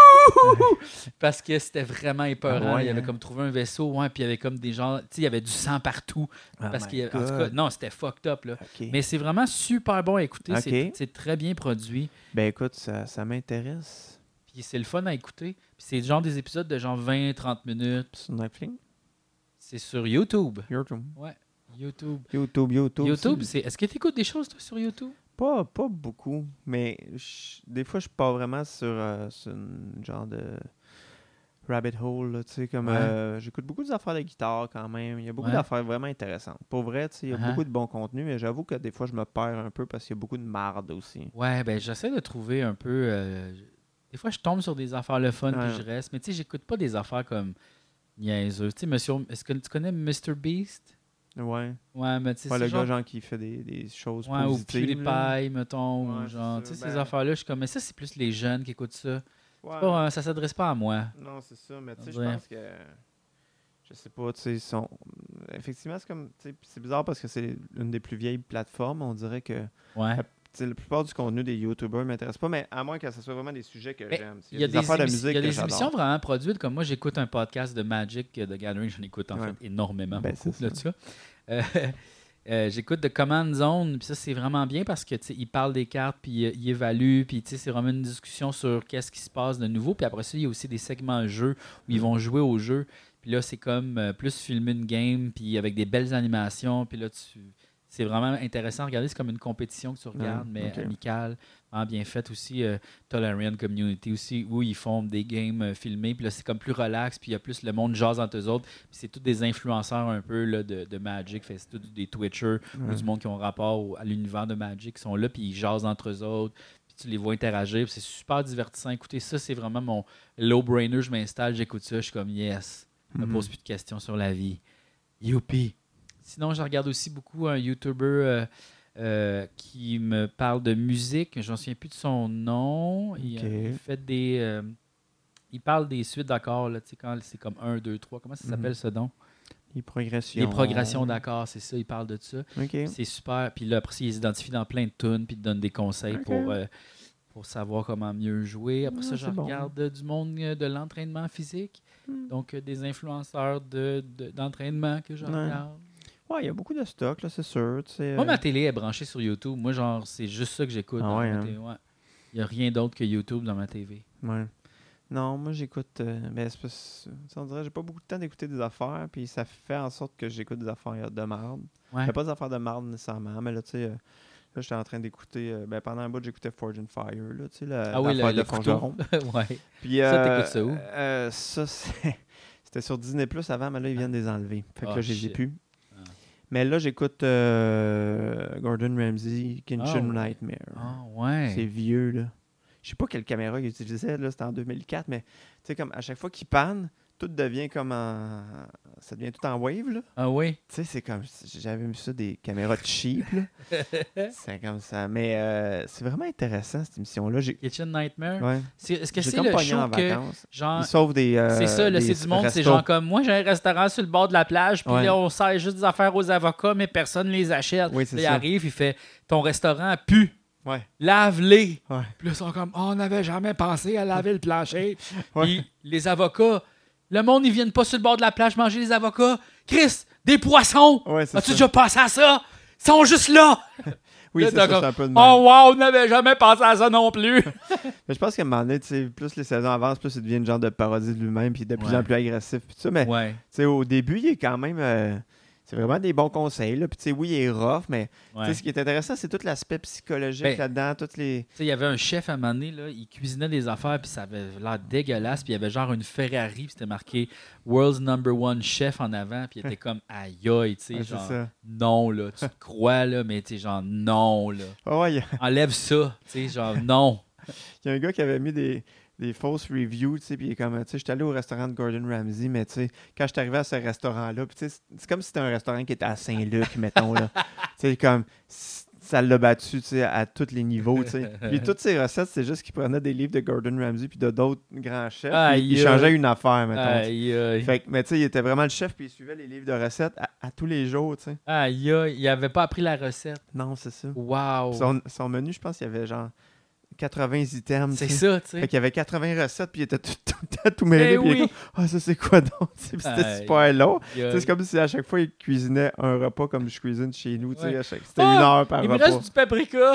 Parce que c'était vraiment épeurant. Ah ouais, il avait hein? comme trouvé un vaisseau, ouais, puis il y avait comme des gens, tu sais, il y avait du sang partout. Oh parce my qu'il y avait- en tout cas, God. non, c'était fucked up, là. OK. Mais c'est vraiment super bon à écouter. C'est, Ok. c'est très bien produit. Ben écoute, ça, ça m'intéresse. Puis c'est le fun à écouter. Puis c'est genre des épisodes de genre vingt à trente minutes. Sur Netflix? C'est sur YouTube. YouTube. Ouais, YouTube. YouTube, YouTube. YouTube, c'est- c'est... Est-ce que tu écoutes des choses, toi, sur YouTube? Pas, pas beaucoup, mais je- des fois, je pars vraiment sur, euh, sur une genre de rabbit hole, là, tu sais, comme... Ouais. euh, j'écoute beaucoup des affaires de guitare, quand même. Il y a beaucoup Ouais. d'affaires vraiment intéressantes. Pour vrai, tu sais, il y a Uh-huh. beaucoup de bon contenu, mais j'avoue que des fois, je me perds un peu parce qu'il y a beaucoup de marde aussi. Ouais, ben j'essaie de trouver un peu... euh, Des fois, je tombe sur des affaires le fun, Ouais. puis je reste. Mais tu sais, j'écoute pas des affaires comme niaiseuses. Tu sais, monsieur... Est-ce que tu connais mister Beast? Ouais. Ouais, mais tu sais, Ouais, c'est le genre... gars, genre, qui fait des, des choses Ouais, ou positives. là. PewDiePie, mettons, Ouais, ou genre, c'est tu sais, ça. ces Ben- affaires-là, je suis comme, mais ça, c'est plus les jeunes qui écoutent ça. Ouais. Pas, euh, ça s'adresse pas à moi. Non, c'est ça, mais tu sais, On je dirait. pense que... Je sais pas, tu sais, ils sont... Effectivement, c'est comme... tu sais, c'est bizarre parce que c'est une des plus vieilles plateformes. On dirait que... Ouais. Tu sais, la plupart du contenu des YouTubers ne m'intéresse pas, mais à moins que ce soit vraiment des sujets que Mais j'aime. Il y a des, affaires de émis- musique il y a que des j'adore. émissions vraiment produites, comme moi, j'écoute un podcast de Magic euh, de Gathering, j'en écoute en Ouais. fait énormément, Ben, beaucoup c'est de ça. Euh, euh, j'écoute de Command Zone, puis ça, c'est vraiment bien parce que, tu sais, il parle des cartes, puis euh, il évalue, puis, tu sais, c'est vraiment une discussion sur qu'est-ce qui se passe de nouveau. Puis après ça, il y a aussi des segments jeux où ils vont jouer au jeu. Puis là, c'est comme euh, plus filmer une game, puis avec des belles animations, puis là, tu... C'est vraiment intéressant à regarder. C'est comme une compétition que tu regardes, Ouais, mais ok. amicale, vraiment bien faite aussi. Euh, Tolarian Community aussi, où ils font des games euh, filmés. Puis là, c'est comme plus relax. Puis il y a plus le monde jase entre eux autres. Puis c'est tous des influenceurs un peu là, de, de Magic. Fait que c'est tous des Twitchers ou Ouais. du monde qui ont rapport au- à l'univers de Magic qui sont là. Puis ils jasent entre eux autres. Puis tu les vois interagir. Puis c'est super divertissant. Écoutez, ça, c'est vraiment mon low-brainer. Je m'installe, j'écoute ça. Je suis comme yes. Je me Mhm. pose plus de questions sur la vie. Youpi! Sinon, je regarde aussi beaucoup un YouTuber euh, euh, qui me parle de musique. Je ne me souviens plus de son nom. Il, Ok. euh, il fait des... euh, il parle des suites d'accords, là, tu sais, quand c'est comme un, deux, trois. Comment ça Mhm. s'appelle, ce nom? Les progressions. Les progressions d'accords, c'est ça. Il parle de ça. OK. C'est super. Puis là, après, il les identifie dans plein de tunes, puis il te donne des conseils Ok. pour, euh, pour savoir comment mieux jouer. Après Ah, ça, je c'est bon. regarde euh, du monde euh, de l'entraînement physique. Hmm. Donc, euh, des influenceurs de, de- d'entraînement que je Ouais. regarde. Ouais, il y a beaucoup de stock, là, c'est sûr. tu sais, Moi, euh, ma télé est branchée sur YouTube. Moi, genre, c'est juste ça que j'écoute. Ah dans ouais, ma hein? télé, ouais. Il n'y a rien d'autre que YouTube dans ma T V. Ouais. Non, moi j'écoute. euh, ben, c'est parce- tu sais, on dirait que j'ai pas beaucoup de temps d'écouter des affaires, puis ça fait en sorte que j'écoute des affaires de merde. Ouais. Mais pas des affaires de merde nécessairement, mais là, tu sais, euh, là, j'étais en train d'écouter. euh, ben, pendant un bout, j'écoutais Forge and Fire, là, tu sais, la, Ah oui, le, l'affaire le de couteau. forgeron. ouais. Puis, Ça, euh, t'écoutes ça où? euh, ça, c'est- c'était sur Disney Plus avant, mais là, ils viennent de les enlever. Fait que Ah, là, je les ai shit. plus. Ah. Mais là, j'écoute euh, Gordon Ramsay, Kitchen Oh. Nightmare. Ah, ouais. C'est vieux, là. Je sais pas quelle caméra il utilisait, là, c'était en deux mille quatre, mais tu sais, comme à chaque fois qu'il panne, tout devient comme en... Ça devient tout en wave, là. Ah oui. Tu sais, c'est comme... J'avais mis ça des caméras cheap, là. C'est comme ça. Mais euh, c'est vraiment intéressant, cette émission-là. J'ai... Kitchen Nightmare. Ouais. C'est- Est-ce que J'ai c'est comme le pogné show en que, vacances. genre... Ils sauvent des... euh, C'est ça, là, des c'est du monde, c'est restos. genre comme moi, j'ai un restaurant sur le bord de la plage, puis Ouais. là, on sert juste des affaires aux avocats, mais personne ne les achète. Oui, c'est Là, il ça. arrive, il fait ton restaurant pue, Ouais. lave-les. Ouais. Puis là, ils sont comme oh, on n'avait jamais pensé à laver le plancher. Ouais. Puis les avocats, le monde, ils viennent pas sur le bord de la plage manger les avocats. Chris, des poissons! Ouais, c'est As-tu ça. déjà pensé à ça? Ils sont juste là! Oui, Là, c'est t'as ça, comme, c'est un peu de même. oh wow, on n'avait jamais pensé à ça non plus! Mais je pense qu'à un moment donné, tu sais, plus les saisons avancent, plus il devient une genre de parodie de lui-même, puis de plus Ouais. en plus agressif, puis tout ça. Mais Ouais. tu sais, au début, il est quand même... euh, c'est vraiment des bons conseils, là. Puis tu sais, oui, il est rough, mais tu ouais. sais, ce qui est intéressant, c'est tout l'aspect psychologique Ben, là-dedans, toutes les... Tu sais, il y avait un chef à un moment donné, là, il cuisinait des affaires, puis ça avait l'air dégueulasse, puis il y avait genre une Ferrari, puis c'était marqué World's Number One Chef en avant, puis il était comme aïe aïe, tu sais, Ouais, c'est genre ça. non, là, tu te crois, là, mais tu sais, genre non, là. Ah ouais, il y, a- Enlève ça, tu sais, genre non. il y a un gars qui avait mis des, des fausses reviews, tu sais, puis il est comme, tu sais, j'étais allé au restaurant de Gordon Ramsay, mais tu sais, quand je suis arrivé à ce restaurant-là, puis tu sais, c'est- c'est comme si c'était un restaurant qui était à Saint-Luc, mettons, là. Tu sais, comme... c'est- ça l'a battu, tu sais, à tous les niveaux, tu sais. Puis toutes ses recettes, c'est juste qu'il prenait des livres de Gordon Ramsay puis de d'autres grands chefs. Aïe, puis il changeait une affaire, mettons. Aïe, aïe. Fait que, mais tu sais, il était vraiment le chef puis il suivait les livres de recettes à, à tous les jours, tu sais. Aïe, aïe. Il avait pas appris la recette. Non, c'est ça. Wow. Son, son menu, je pense qu'il y avait genre quatre-vingts items. C'est t'sais. ça, tu sais. Fait qu'il y avait quatre-vingts recettes, puis il était tout, tout, tout, tout mêlé. Eh Puis il oui. était comme, ah, ça c'est quoi donc? Puis c'était Aïe. super long. Aïe, aïe. C'est comme si à chaque fois, il cuisinait un repas comme je cuisine chez nous. tu sais, Ouais. à chaque- C'était Ah, une heure par Il me repas. reste du paprika.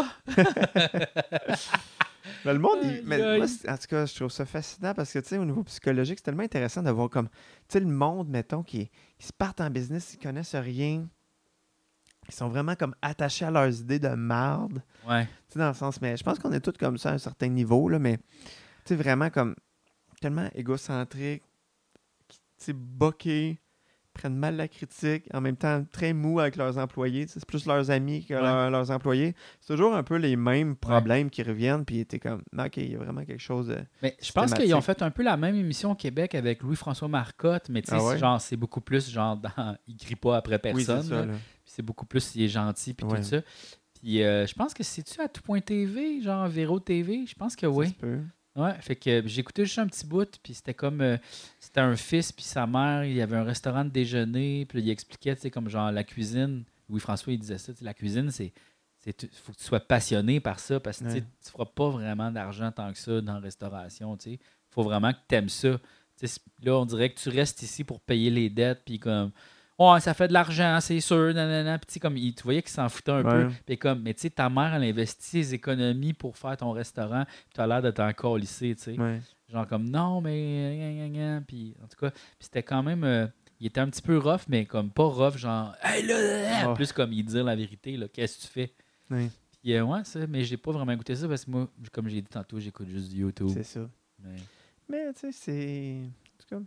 Mais le monde, Aïe, il- mais aïe. moi, c'est- en tout cas, je trouve ça fascinant parce que, tu sais, au niveau psychologique, c'est tellement intéressant de voir comme, tu sais, le monde, mettons, qui, qui se partent en business, ils connaissent rien. Ils sont vraiment comme attachés à leurs idées de marde. Ouais. Tu sais, dans le sens, mais je pense qu'on est tous comme ça à un certain niveau, là, mais tu sais, vraiment comme tellement égocentriques, qui, tu sais, boqués, prennent mal la critique, en même temps très mous avec leurs employés. Tu sais, c'est plus leurs amis que Ouais. leurs, leurs employés. C'est toujours un peu les mêmes problèmes qui reviennent, puis t'es comme, OK, il y a vraiment quelque chose de... Mais je pense Systématique. qu'ils ont fait un peu la même émission au Québec avec Louis-François Marcotte, mais tu sais, Ah c'est ouais? genre, c'est beaucoup plus genre dans. Il crie pas après Oui, personne. c'est ça, là. là. Puis c'est beaucoup plus il est gentil puis Ouais. tout ça. Puis euh, je pense que c'est-tu à tout point T V, genre Véro T V? Je pense que Ça oui. se peut. Ouais, fait que j'ai écouté juste un petit bout, puis c'était comme. euh, c'était un fils, puis sa mère, il y avait un restaurant de déjeuner, puis là, il expliquait, tu sais, comme genre la cuisine. Louis-François, il disait ça, tu sais, la cuisine, c'est. Il faut que tu sois passionné par ça, parce que tu sais, Ouais. tu feras pas vraiment d'argent tant que ça dans la restauration, tu sais. Faut vraiment que tu aimes ça. Tu sais, là, on dirait que tu restes ici pour payer les dettes, puis comme. Ouais, ça fait de l'argent, c'est sûr, nanana. Puis tu sais, comme, il- tu voyais qu'il s'en foutait un Ouais. peu. Puis comme, mais tu sais, ta mère, elle investit ses économies pour faire ton restaurant, puis tu as l'air de t'en lycée, tu sais. Ouais. Genre comme, non, mais... gna, gna, gna. Puis en tout cas, puis c'était quand même... euh, il était un petit peu rough, mais comme pas rough, genre... Hey, là, là, là. Oh. Plus comme il dit la vérité, là, qu'est-ce que tu fais? Ouais, Puis euh, ouais, ça, mais j'ai pas vraiment écouté ça, parce que moi, comme j'ai dit tantôt, j'écoute juste du YouTube. c'est ça. Mais- Mais tu sais, c'est... En tout cas,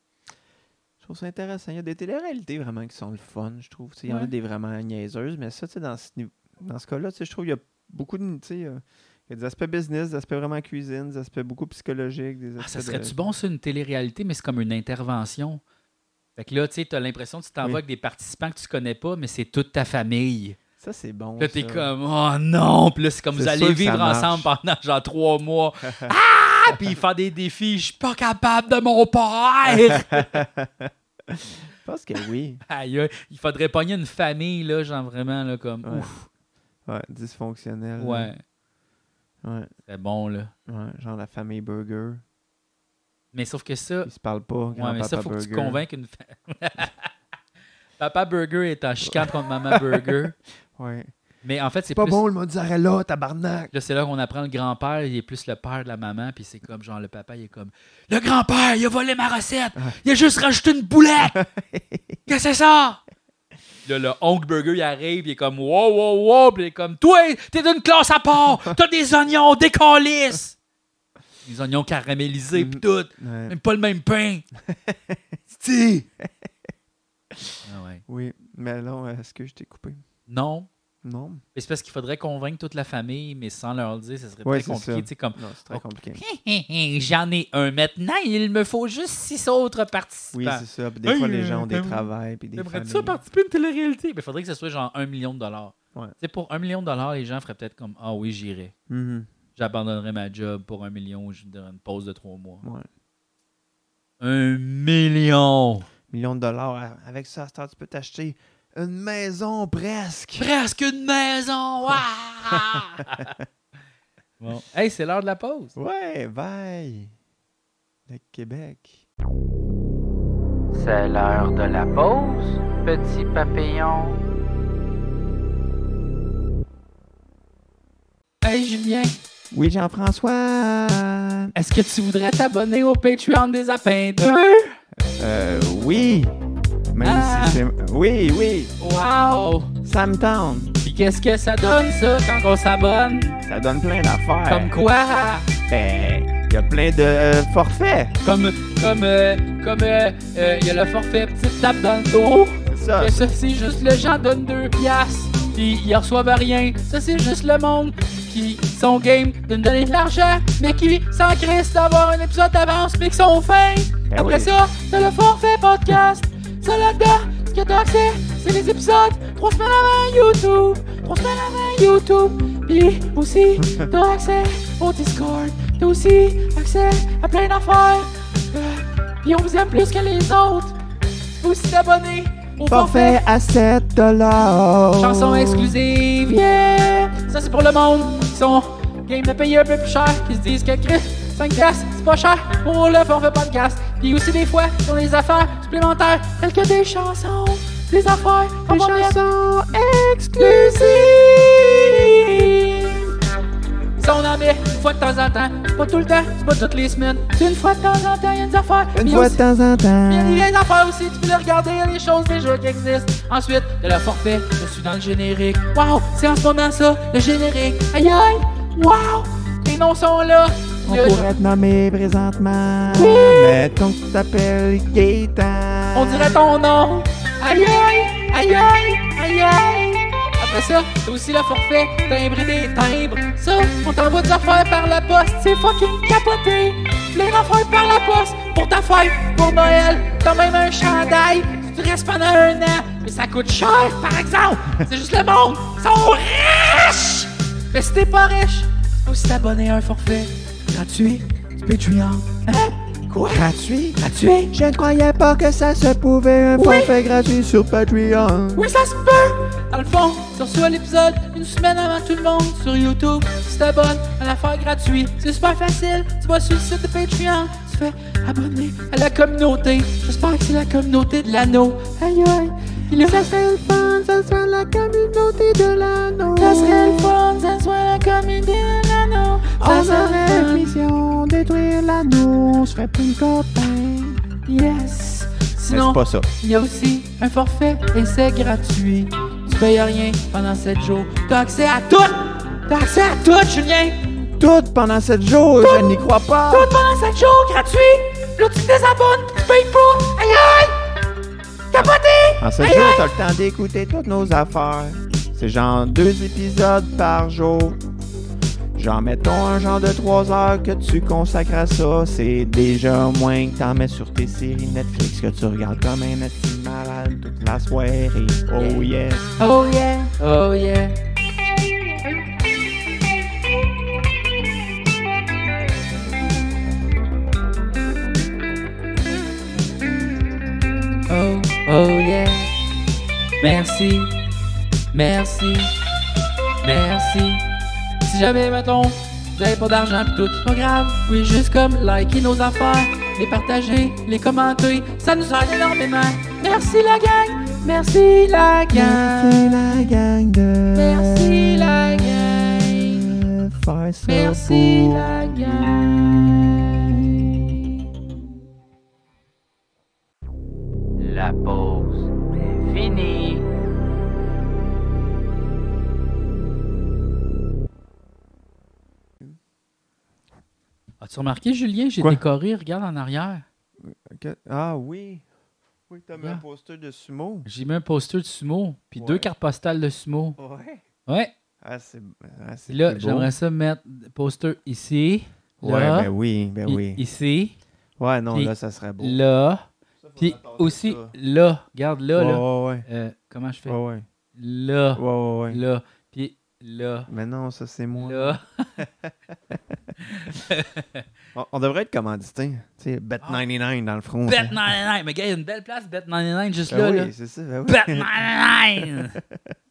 je trouve ça intéressant. Il y a des téléréalités vraiment qui sont le fun, je trouve. Tu sais, il y en a Ouais. des vraiment niaiseuses, mais ça, tu sais, dans ce, niveau- dans ce cas-là, tu sais, je trouve qu'il y a beaucoup de... Tu sais, euh, il y a des aspects business, des aspects vraiment cuisine, des aspects beaucoup psychologiques, des Ah, aspects ça de- serait-tu bon, ça, une télé-réalité, mais c'est comme une intervention? Fait que là, tu sais, t'as l'impression que tu t'en Oui. vas avec des participants que tu connais pas, mais c'est toute ta famille. Ça, c'est bon. Là, t'es ça. comme, oh non! Puis là, c'est comme C'est vous sûr allez que vivre ça marche. ensemble pendant genre trois mois. Ah! Puis faire des défis. Je suis pas capable de mon père! Je pense que oui. Aïe, aïe. Il faudrait pogner une famille, là, genre vraiment, là, comme, Ouais. ouf. Ouais, dysfonctionnel. Ouais, Ouais, c'est bon, là. ouais, genre la famille Burger. Mais sauf que ça, Ils se parlent pas. ouais, mais ça, grand-papa faut que tu Burger. convainques une fa- Papa Burger est en chicane contre Maman Burger. Ouais. Mais en fait, c'est C'est pas plus... bon le mozzarella, tabarnak. Là, c'est là qu'on apprend le grand-père, il est plus le père de la maman, puis c'est comme, genre, le papa, il est comme, le grand-père, il a volé ma recette! Il a juste rajouté une boulette! Qu'est-ce que c'est ça? Là, le oncle Burger, il arrive, il est comme, wow, wow, wow, puis il est comme, toi, t'es d'une classe à part! T'as des oignons, des calices! Des oignons caramélisés, pis tout! Ouais. Même pas le même pain! C'ti! Ah ouais. Oui, mais non, est-ce que je t'ai coupé? Non. Non. Mais c'est parce qu'il faudrait convaincre toute la famille, mais sans leur le dire, ça serait Ouais, très c'est ça. compliqué. Tu sais, comme, Non, c'est très Oh. compliqué. j'en ai un maintenant, il me faut juste six autres participants. Oui, c'est ça. Puis des Hey, fois, les gens ont des euh, travails puis des J'aimerais-tu familles. ça participer à une télé-réalité? Mais il faudrait que ce soit genre un million de dollars. Ouais. Tu sais, pour un million de dollars, les gens feraient peut-être comme, ah oui, j'irais. Mhm. J'abandonnerais ma job pour un million, je donnerais une pause de trois mois. Ouais. Un million! Millions de dollars. Avec ça, à cette heure, tu peux t'acheter une maison presque. Presque une maison! Ouah! Bon. Hey, c'est l'heure de la pause. Ouais, bye. Le Québec. C'est l'heure de la pause, petit papillon. Hey Julien, Oui, Jean-François. est-ce que tu voudrais t'abonner au Patreon des Apins deux? Euh, oui. Même Ah. si c'est... Oui, oui. Wow! Ça me tente. Puis qu'est-ce que ça donne ça quand on s'abonne? Ça donne plein d'affaires. Comme quoi? Ben, il y a plein de euh, forfaits. Comme, comme, euh, comme, euh, euh, y a le forfait petite tape dans le dos. C'est ça. Que ça, c'est juste le gens donnent deux piastres. Puis ils reçoivent rien. Ça, c'est juste le monde qui sont game de nous donner de l'argent, mais qui s'en crissent d'avoir un épisode d'avance, mais qui sont fins. Ben Après oui. ça, t'as le forfait podcast. Ça là-dedans, ce que t'as accès, c'est les épisodes trois semaines avant YouTube, On se met la main YouTube, puis aussi, t'as accès au Discord, t'as aussi accès à plein d'affaires. Euh, puis on vous aime plus que les autres. Tu peux aussi t'abonner au forfait. Forfait à sept dollars. Chanson exclusive, yeah! Ça, c'est pour le monde qui sont game de payer un peu plus cher, qui se disent que Chris, cinq piastres, c'est pas cher pour le forfait podcast. Puis aussi, des fois, sur les affaires supplémentaires, telles que des chansons, des affaires, Des chansons exclusives. Ça, on en met une fois de temps en temps. C'est pas tout le temps, c'est pas toutes les semaines. C'est une fois de temps en temps, il y a des affaires. Une Puis fois aussi- de temps en Il y a temps. des vieilles affaires aussi, tu peux les regarder, il y a des choses déjà qui existent. Ensuite, de le forfait, je suis dans le générique. Wow, c'est en ce moment ça, le générique. Aïe aïe, wow, les noms sont là. On Le- pourrait te nommer présentement. Oui. Mettons que tu t'appelles Gaëtan. On dirait ton nom. Aïe aïe, aïe aïe, aïe aïe. Après ça, t'as aussi le forfait, timbre des timbres. Ça, on t'envoie des affaires par la poste, c'est fucking capoté. Plein d'affaires par la poste, pour ta fête, pour Noël. T'as même un chandail, tu restes pendant un an. Mais ça coûte cher, par exemple. C'est juste le monde, ils sont riches. Mais si t'es pas riche, tu peux aussi t'abonner à un forfait gratuit du Patreon. Hein? Quoi? Gratuit? Gratuit? Je ne croyais pas que ça se pouvait, un Oui. forfait gratuit sur Patreon. Oui, ça se peut! Dans le fond, tu reçois l'épisode une semaine avant tout le monde sur YouTube. Tu t'abonnes à l'affaire gratuite. C'est super facile. Tu vas sur le site de Patreon. Tu fais abonner à la communauté. J'espère que c'est la communauté de l'anneau. Aïe aïe! Puis là, Ça serait le fun, ça serait la communauté de l'anneau. ça serait le fun, ça soit la communauté de l'anneau. On Ça serait aurait le fun. mission détruire l'anneau, on serait plus copains. Yes! Sinon, pas ça. il y a aussi un forfait et c'est gratuit. Tu payes rien pendant sept jours. T'as accès à tout! T'as accès à tout, Julien! Tout pendant sept jours, je n'y crois pas. Tout pendant sept jours, gratuit! Là, tu te désabonnes, tu payes pas! Aïe aïe! Capoté! En sept Aïe, jours, aïe! t'as le temps d'écouter toutes nos affaires. C'est genre deux épisodes par jour. Genre, mettons un genre de trois heures que tu consacres à ça. C'est déjà moins que t'en mets sur tes séries Netflix que tu regardes comme un petit malade toute la soirée. Oh yeah. Oh yeah! Oh yeah! Oh, oh yeah! Merci! Merci! Merci! Si jamais, mettons, vous avez pas d'argent pis tout, c'est pas grave. Vous pouvez juste comme liker nos affaires, les partager, les commenter. Ça nous aide énormément. Merci la gang! Merci la gang! Merci la gang de. Merci la gang! Faire ça Merci pour- la gang! La pause est finie. As-tu remarqué, Julien, j'ai Quoi? décoré, regarde en arrière. Ok. Ah oui. Oui, t'as mis Yeah. un poster de sumo. J'ai mis un poster de sumo, puis Ouais. deux cartes postales de sumo. Ouais. Ouais. Ah, c'est. Ah, c'est Puis là, plus beau. j'aimerais ça mettre poster ici, Ouais, là, ben oui, ben puis oui. ici, Ouais, non, puis là, ça serait beau. là, Ça, faut puis attendre aussi ça. là. Regarde là, ouais, là. Ouais, ouais, Euh, comment je fais? ouais. Ouais, Là, ouais, ouais, ouais. là, puis là, Mais non, ça, c'est moi. là. On, on devrait être commandité. Tu sais, Bet Ah. quatre-vingt-dix-neuf dans le front. Bet ça. quatre-vingt-dix-neuf, mais gars, il y a une belle place, Bet quatre-vingt-dix-neuf, juste Ben là, oui, là. c'est ça. Ben oui. Bet quatre-vingt-dix-neuf!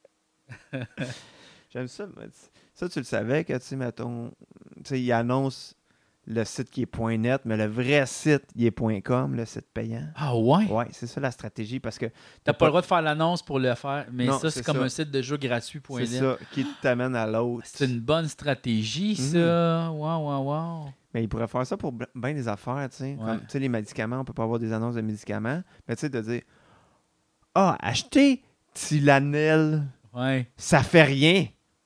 J'aime ça. mais tu- Ça, tu le savais que, tu sais, mettons, tu sais, ils annoncent le site qui est .net, mais le vrai site, il est .com, le site payant. Ah ouais? Ouais, c'est ça la stratégie parce que T'as pas le droit de faire l'annonce pour le faire, mais Non, ça, c'est c'est comme ça. un site de jeu gratuit. c'est ça qui t'amène à l'autre. C'est une bonne stratégie, Mhm. ça. Wow, wow, wow. Mais ils pourraient faire ça pour bien des affaires, tu sais. Ouais. Comme, tu sais, les médicaments, on peut pas avoir des annonces de médicaments. Mais tu sais, de dire ah, acheter Tylenol, Ouais. ça fait rien.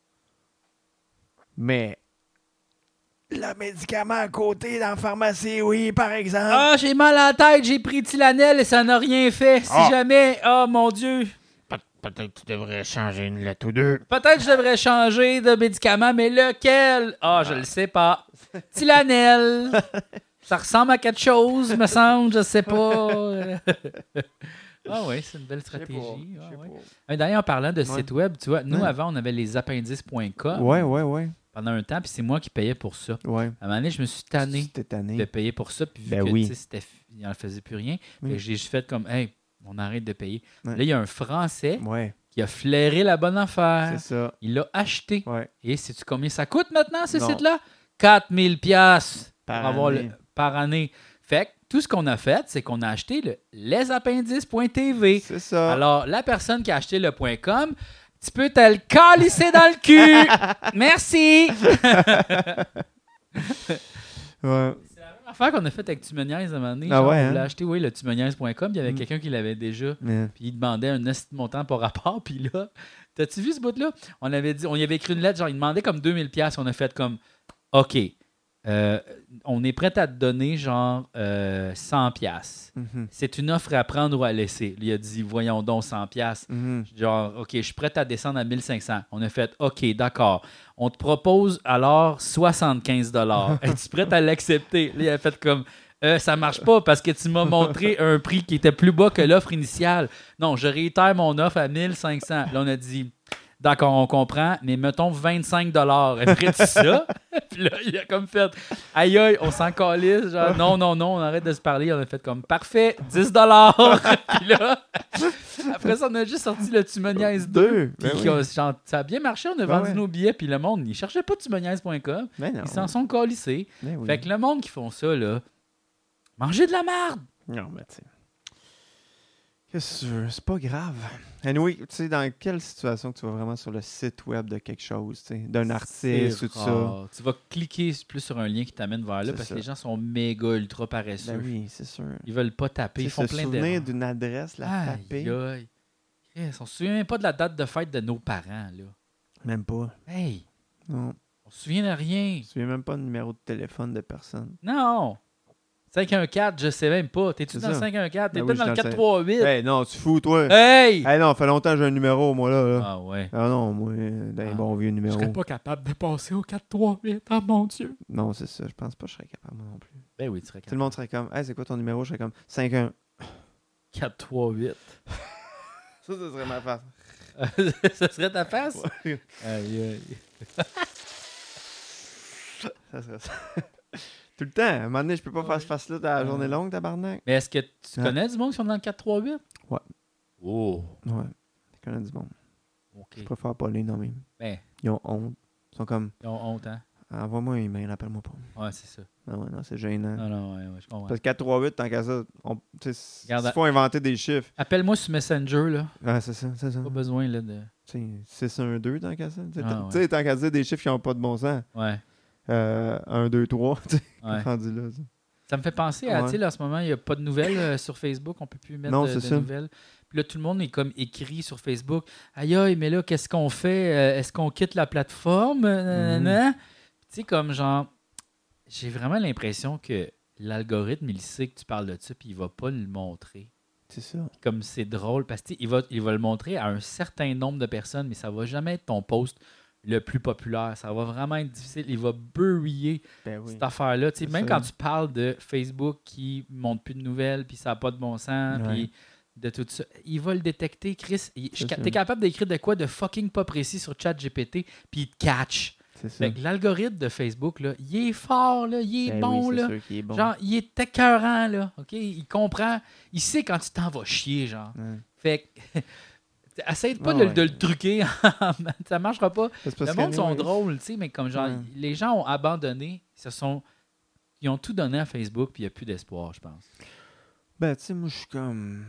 Mais le médicament à côté dans la pharmacie, oui, par exemple. Ah, j'ai mal à la tête, j'ai pris Tylenol et ça n'a rien fait. Si Ah. jamais, oh mon Dieu, Pe- Peut-être que tu devrais changer une lettre ou deux. peut-être que je devrais changer de médicament, mais lequel? Ah, je le sais pas. Tylenol. Ça ressemble à quelque chose, me semble, je sais pas. Ah oui, c'est une belle Je sais pas, stratégie. je Ah sais ouais. pas. Euh, D'ailleurs, en parlant de Ouais. site web, tu vois, nous, Ouais. avant, on avait les appendices point com Ouais, ouais, ouais. pendant un temps, puis c'est moi qui payais pour ça. Ouais. À un moment donné, je me suis tanné C'était tanné. de payer pour ça, puis vu Ben que, oui. tu sais, c'était f- il n'en faisait plus rien, Oui. fait que j'ai juste fait comme, hey, on arrête de payer. Ouais. Là, il y a un Français Ouais, qui a flairé la bonne affaire. c'est ça. Il l'a acheté. Ouais. Et sais-tu combien ça coûte maintenant, ce Non. site-là? quatre mille dollars Par pour avoir année. le- par année. Fait que tout ce qu'on a fait, c'est qu'on a acheté le lesappendices point t v. C'est ça. Alors, la personne qui a acheté le .com, tu peux te le calisser dans le cul. Merci. Ouais. C'est la même affaire qu'on a faite avec Tumeniaise à un moment donné. Ah Genre, ouais, on hein? voulait acheter oui, le tumeniaise point com, il y avait Mm. quelqu'un qui l'avait déjà. Mais- Puis il demandait un esti de montant par rapport. Puis là, t'as-tu vu ce bout-là? On avait dit, on y avait écrit une lettre, genre, il demandait comme deux mille dollars. On a fait comme, OK, euh, on est prêt à te donner genre euh, cent dollars. Mhm. C'est une offre à prendre ou à laisser. Il a dit, voyons donc, cent dollars. Mhm. Genre, OK, je suis prêt à descendre à mille cinq cents. On a fait, OK, d'accord. On te propose alors soixante-quinze dollars. Es-tu prêt à l'accepter? Là, il a fait comme, euh, ça marche pas parce que tu m'as montré un prix qui était plus bas que l'offre initiale. Non, je réitère mon offre à mille cinq cents. Là, on a dit, d'accord, on comprend, mais mettons vingt-cinq dollars. Aimerais-tu ça? Puis là, il a comme fait, aïe aïe, on s'en calisse. Genre, non, non, non, on arrête de se parler. On a fait comme, parfait, dix dollars. Puis là, après ça, on a juste sorti le Tumeniaise deux. Deux. Puis Ben qui a- oui. genre, ça a bien marché, on a Ben vendu ouais. nos billets, puis le monde, ils cherchaient pas tumeniaise point com. Ben non. Ils s'en sont calissés. Ben oui. Fait que le monde qui font ça, là, mangez de la merde! Non, mais tu sais. Qu'est-ce que tu veux? C'est pas grave. Anyway, tu sais, dans quelle situation que tu vas vraiment sur le site web de quelque chose, tu sais, d'un artiste C'est ou tout ça? rare. Tu vas cliquer plus sur un lien qui t'amène vers là C'est parce ça. que les gens sont méga ultra paresseux. Ben oui, c'est sûr. Ils veulent pas taper, Tu ils sais, font se plein souvenir d'erreurs. d'une adresse, la Aïe, taper. aïe. Chris, on se souvient même pas de la date de fête de nos parents, là. Même pas. Hey, Non. on se souvient de rien. Je me souviens même pas du numéro de téléphone de personne. Non! cinq un quatre, je sais même pas. T'es-tu C'est dans le ça. cinq un quatre? T'es Ben peut-être oui, dans le je suis quatre dans trois huit. Hey, non, tu fous, toi. Hey! Hey, non, ça fait longtemps que j'ai un numéro, moi, là. là. Ah ouais. Ah non, moi, d'un Ah. bon vieux Je numéro. serais pas capable de passer au quatre trois huit. Oh mon Dieu. Non, c'est ça. Je pense pas que je serais capable, moi non plus. Ben oui, tu serais Tout le capable. monde serait comme, hey, c'est quoi ton numéro? Je serais comme cinq un. quatre trois huit. Ça, ça serait ma face. Ça serait ta face? Ouais. Aïe, aïe. Ça serait ça. Tout le temps. À un moment donné, je peux pas Ouais. faire ce face-là dans la Ouais. journée longue, tabarnak. Mais est-ce que tu Ouais. connais du monde qui sont dans le quatre trois huit? Ouais. Oh, Ouais. Je connais du monde. OK. Je préfère pas les nommer. Ben, Ils ont honte. Ils sont comme, ils ont honte, hein? envoie-moi un email, appelle-moi pas. Ouais, c'est ça. Non, ouais, non, c'est gênant. Non, non, ouais, ouais, je comprends. Parce que quatre trois huit, tant qu'à ça, on, tu sais, Regarde, s'il faut inventer des chiffres. Appelle-moi sur Messenger, là. Ouais, c'est ça, c'est ça. Pas besoin, là, de... Tu sais, six un deux, tant qu'à ça. Tu sais, Ah, t- ouais. tu sais, tant qu'à dire des chiffres qui n'ont pas de bon sens. Ouais, Euh, un, deux, trois, tu sais, ouais. rendu là. ça. Ça me fait penser à, Ouais. tu sais, là, en ce moment, il n'y a pas de nouvelles euh, sur Facebook. On peut plus mettre Non, de, c'est de ça. nouvelles. Puis là, tout le monde est comme écrit sur Facebook. Aïe, aïe, mais là, qu'est-ce qu'on fait? Euh, Est-ce qu'on quitte la plateforme? Euh, nanana. Mhm. Tu sais, comme genre, j'ai vraiment l'impression que l'algorithme, il sait que tu parles de ça, puis il va pas le montrer. C'est ça. Comme c'est drôle, parce qu'il va, il va le montrer à un certain nombre de personnes, mais ça va jamais être ton post le plus populaire. Ça va vraiment être difficile. Il va burier Ben oui. cette affaire-là. Tu sais, C'est même ça. quand tu parles de Facebook qui ne montre plus de nouvelles, puis ça n'a pas de bon sens, Ouais. puis de tout ça, il va le détecter, Chris. Il- je- C'est ça. T'es capable d'écrire de quoi de fucking pas précis sur ChatGPT, puis il te catch. C'est ça. Fait que l'algorithme de Facebook, là, il est fort, là, il est Ben bon, oui, c'est là. sûr qu'il est bon. Genre, il est écœurant, là. OK? Il comprend. Il sait quand tu t'en vas chier, genre. Ouais. Fait que. Essaye pas Ah de, ouais. de le truquer. Ça marchera pas. C'est parce Le monde sont qu'anyway, drôles, tu sais, mais comme genre, Ouais. les gens ont abandonné. Ils se sont. Ils ont tout donné à Facebook, puis il n'y a plus d'espoir, je pense. Ben, tu sais, moi, je suis comme.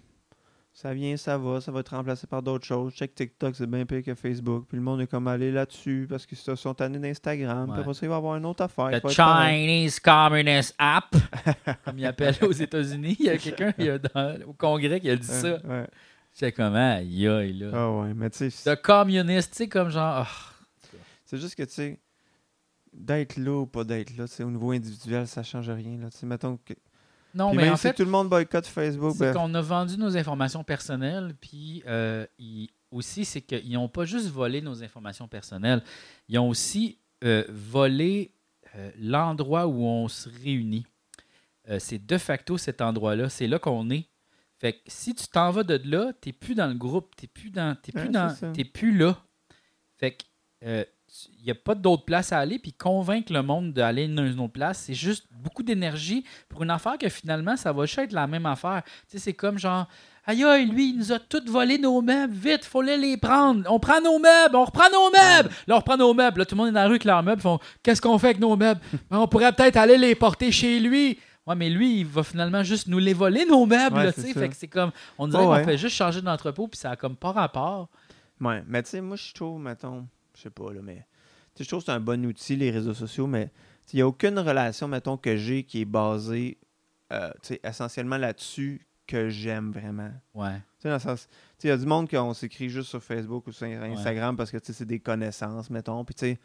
Ça vient, ça va, ça va être remplacé par d'autres choses. Je sais que TikTok, c'est bien pire que Facebook. Puis le monde est comme allé là-dessus parce qu'ils se sont tannés d'Instagram. Ouais. Puis après ça, il va y avoir une autre affaire. The qui va être pareil. Chinese Communist App, comme ils appellent aux États-Unis. Il y a quelqu'un il y a dans- au Congrès qui a dit ça. Ouais, ouais. C'est comment, aïe, aïe, là. Ah ouais, mais tu sais, The Communist, tu sais, comme genre. ah, c'est juste que, tu sais, d'être là ou pas d'être là, tu sais, au niveau individuel, ça change rien. Là. Tu sais, mettons que. Non, Puis mais même en si fait, tout le monde boycotte Facebook, c'est ben, qu'on a vendu nos informations personnelles, puis euh, ils- aussi, c'est qu'ils n'ont pas juste volé nos informations personnelles, ils ont aussi euh, volé euh, l'endroit où on se réunit. Euh, c'est de facto cet endroit-là, c'est là qu'on est. Fait que si tu t'en vas de là, t'es plus dans le groupe, t'es plus dans, t'es plus Ouais, dans, c'est ça. t'es plus là. Fait que euh, il n'y a pas d'autre place à aller, puis convaincre le monde d'aller dans une autre place, c'est juste beaucoup d'énergie pour une affaire que finalement, ça va juste être la même affaire. Tu sais, c'est comme genre, aïe aïe, lui, il nous a tous volé nos meubles, vite, faut les les prendre. On prend nos meubles, on reprend nos meubles. Là, on reprend nos meubles. Là, tout le monde est dans la rue avec leurs meubles, font, qu'est-ce qu'on fait avec nos meubles? Ben, on pourrait peut-être aller les porter chez lui. Ouais, mais lui, il va finalement juste nous les voler, nos meubles. Ouais, là, c'est tu sais. ça. Fait que c'est comme, on dirait Ouais, qu'on ouais. fait juste changer d'entrepôt, puis ça a comme pas rapport. Ouais, mais tu sais, moi, je trouve, mettons, je sais pas, là, mais tu sais, je trouve que c'est un bon outil, les réseaux sociaux, mais il n'y a aucune relation, mettons, que j'ai qui est basée, euh, tu sais, essentiellement là-dessus que j'aime vraiment. Ouais. Tu sais, dans le sens, tu sais, il y a du monde qu'on s'écrit juste sur Facebook ou sur Instagram parce que, tu sais, c'est des connaissances, mettons, puis tu sais,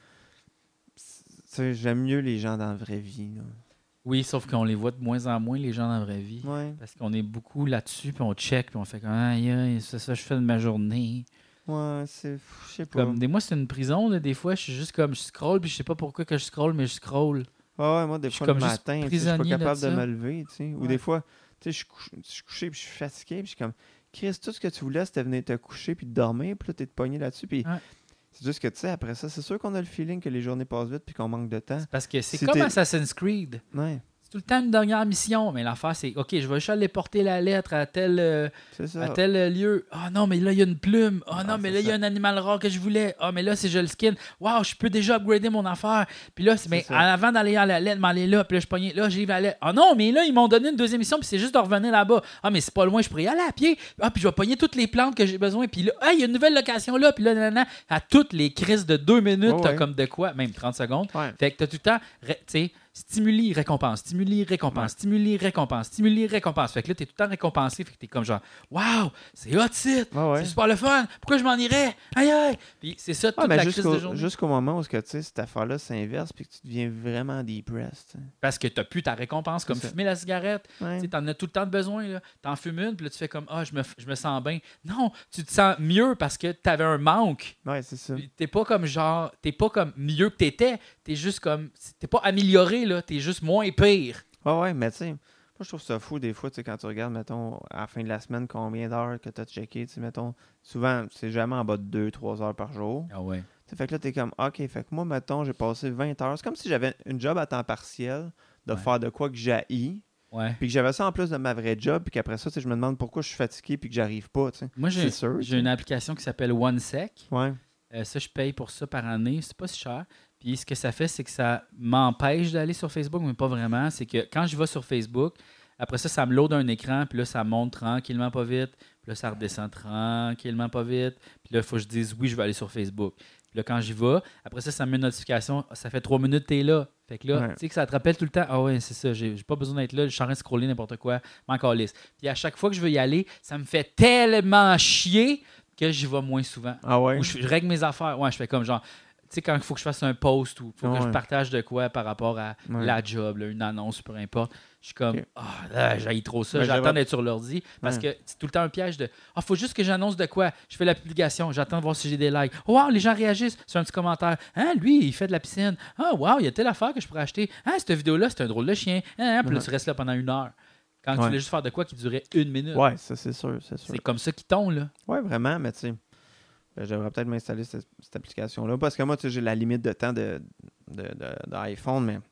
tu sais, j'aime mieux les gens dans la vraie vie, là. Oui, sauf qu'on les voit de moins en moins, les gens dans la vraie vie. Ouais, Parce qu'on est beaucoup là-dessus, puis on check, puis on fait comme, aïe, aïe, c'est ça que je fais de ma journée. ouais, c'est, je sais pas. Comme, des, moi, c'est une prison, là, des fois, je suis juste comme, je scroll, puis je sais pas pourquoi que je scroll, mais je scroll. Ouais, ouais, moi, des Je suis fois, comme le juste matin, tu sais, je suis pas prisonnier de capable de ça. me lever, tu sais. Ou Ouais. des fois, tu sais, je suis couché, je suis couché, puis je suis fatigué, puis je suis comme, Chris, tout ce que tu voulais, c'était venir te coucher, puis de dormir, puis là, t'es pogné là-dessus, puis Ouais. c'est juste que, tu sais, après ça, c'est sûr qu'on a le feeling que les journées passent vite, puis qu'on manque de temps. C'est parce que c'est Si comme t'es- Assassin's Creed. Ouais, C'est tout le temps une dernière mission, mais l'affaire, c'est, OK, je vais juste aller porter la lettre à tel, euh, c'est ça. à tel euh, lieu. Ah non, mais là, il y a une plume. Ah non, Ah, mais c'est là, il y a ça. un animal rare que je voulais. Ah, mais là, c'est je le skin. Waouh, je peux déjà upgrader mon affaire. Puis là, c'est, mais ça. avant d'aller à la lettre, m'aller là, puis là, je pognais. Là, j'ai la lettre. Ah non, mais là, ils m'ont donné une deuxième mission, puis c'est juste de revenir là-bas. Ah, mais c'est pas loin, je pourrais y aller à pied. Ah, puis je vais pogner toutes les plantes que j'ai besoin. Puis là, ah, il y a une nouvelle location là. Puis là, nanana, à toutes les crises de deux minutes, Ouais, t'as ouais. comme de quoi, même trente secondes. Ouais. Fait que t'as tout le temps, ré- tu sais, stimuli, récompense, stimuli, récompense, Ouais. stimuli, récompense, stimuli, récompense. Fait que là, t'es tout le temps récompensé. Fait que t'es comme genre, waouh, c'est hot, c'est Ouais, ouais. c'est super le fun. Pourquoi je m'en irais? Aïe, aïe. Puis c'est ça, toute Ouais, mais la crise jusqu'au, de journée. jusqu'au moment où, ce que, tu sais, cette affaire-là s'inverse, puis que tu deviens vraiment depressed. tu sais. Parce que t'as plus ta récompense, comme C'est ça. fumer la cigarette. Ouais. Tu sais, t'en as tout le temps de besoin. Là. T'en fumes une, puis là, tu fais comme, ah, je me, je me sens bien. Non, tu te sens mieux parce que t'avais un manque. Ouais, c'est ça. Puis T'es pas comme genre, t'es pas comme mieux que t'étais. T'es juste comme, t'es pas amélioré, là. T'es juste moins pire. Ouais, ouais, mais tu sais, moi, je trouve ça fou des fois, tu sais, quand tu regardes, mettons, à la fin de la semaine, combien d'heures que tu as checké, tu sais, mettons, souvent, c'est jamais en bas de deux trois heures par jour. Ah ouais. Tu sais, fait que là, t'es comme, OK, fait que moi, mettons, j'ai passé vingt heures. C'est comme si j'avais une job à temps partiel de Ouais. faire de quoi que j'haïs, Ouais. puis que j'avais ça en plus de ma vraie job, puis qu'après ça, tu sais, je me demande pourquoi je suis fatigué, puis que j'arrive pas, tu sais. Moi, j'ai, C'est sûr, tu j'ai sais. une application qui s'appelle OneSec. Ouais. Euh, ça, je paye pour ça par année. C'est pas si cher. Puis ce que ça fait, c'est que ça m'empêche d'aller sur Facebook, mais pas vraiment. C'est que quand je vais sur Facebook, après ça, ça me load un écran, puis là, ça monte tranquillement, pas vite. Puis là, ça redescend tranquillement, pas vite. Puis là, il faut que je dise oui, je vais aller sur Facebook. Puis là, quand j'y vais, après ça, ça me met une notification. Ça fait trois minutes que t'es là. Fait que là, Ouais. tu sais que ça te rappelle tout le temps. Ah ouais, c'est ça, j'ai, j'ai pas besoin d'être là. Je suis en train de scroller n'importe quoi. M'en calisse. Puis à chaque fois que je veux y aller, ça me fait tellement chier que j'y vais moins souvent. Ah ouais? Ou je, je règle mes affaires. Ouais, je fais comme genre, tu sais, quand il faut que je fasse un post ou faut Ah que ouais. je partage de quoi par rapport à Ouais. la job, là, une annonce, peu importe. Je suis comme, Ok. ah, là, j'haïs trop ça. Ben, J'attends j'avais- d'être sur l'ordi parce Ouais. que c'est tout le temps un piège de, ah, faut juste que j'annonce de quoi. Je fais la publication, j'attends de voir si j'ai des likes. Oh, wow, les gens réagissent sur un petit commentaire. Hein, lui, il fait de la piscine. Ah, wow, il y a telle affaire que je pourrais acheter. Ah, cette vidéo-là, c'est un drôle de chien. Hein, hein, puis là, Ouais. tu restes là pendant une heure. Quand tu Ouais. voulais juste faire de quoi qui durait une minute. Ouais, ça, c'est sûr, c'est sûr. C'est comme ça qu'ils tombent, là. Ouais, vraiment, mais tu sais, ben, j'aimerais peut-être m'installer cette, cette application-là. Parce que moi, tu sais, j'ai la limite de temps de, de, de- d'iPhone, mais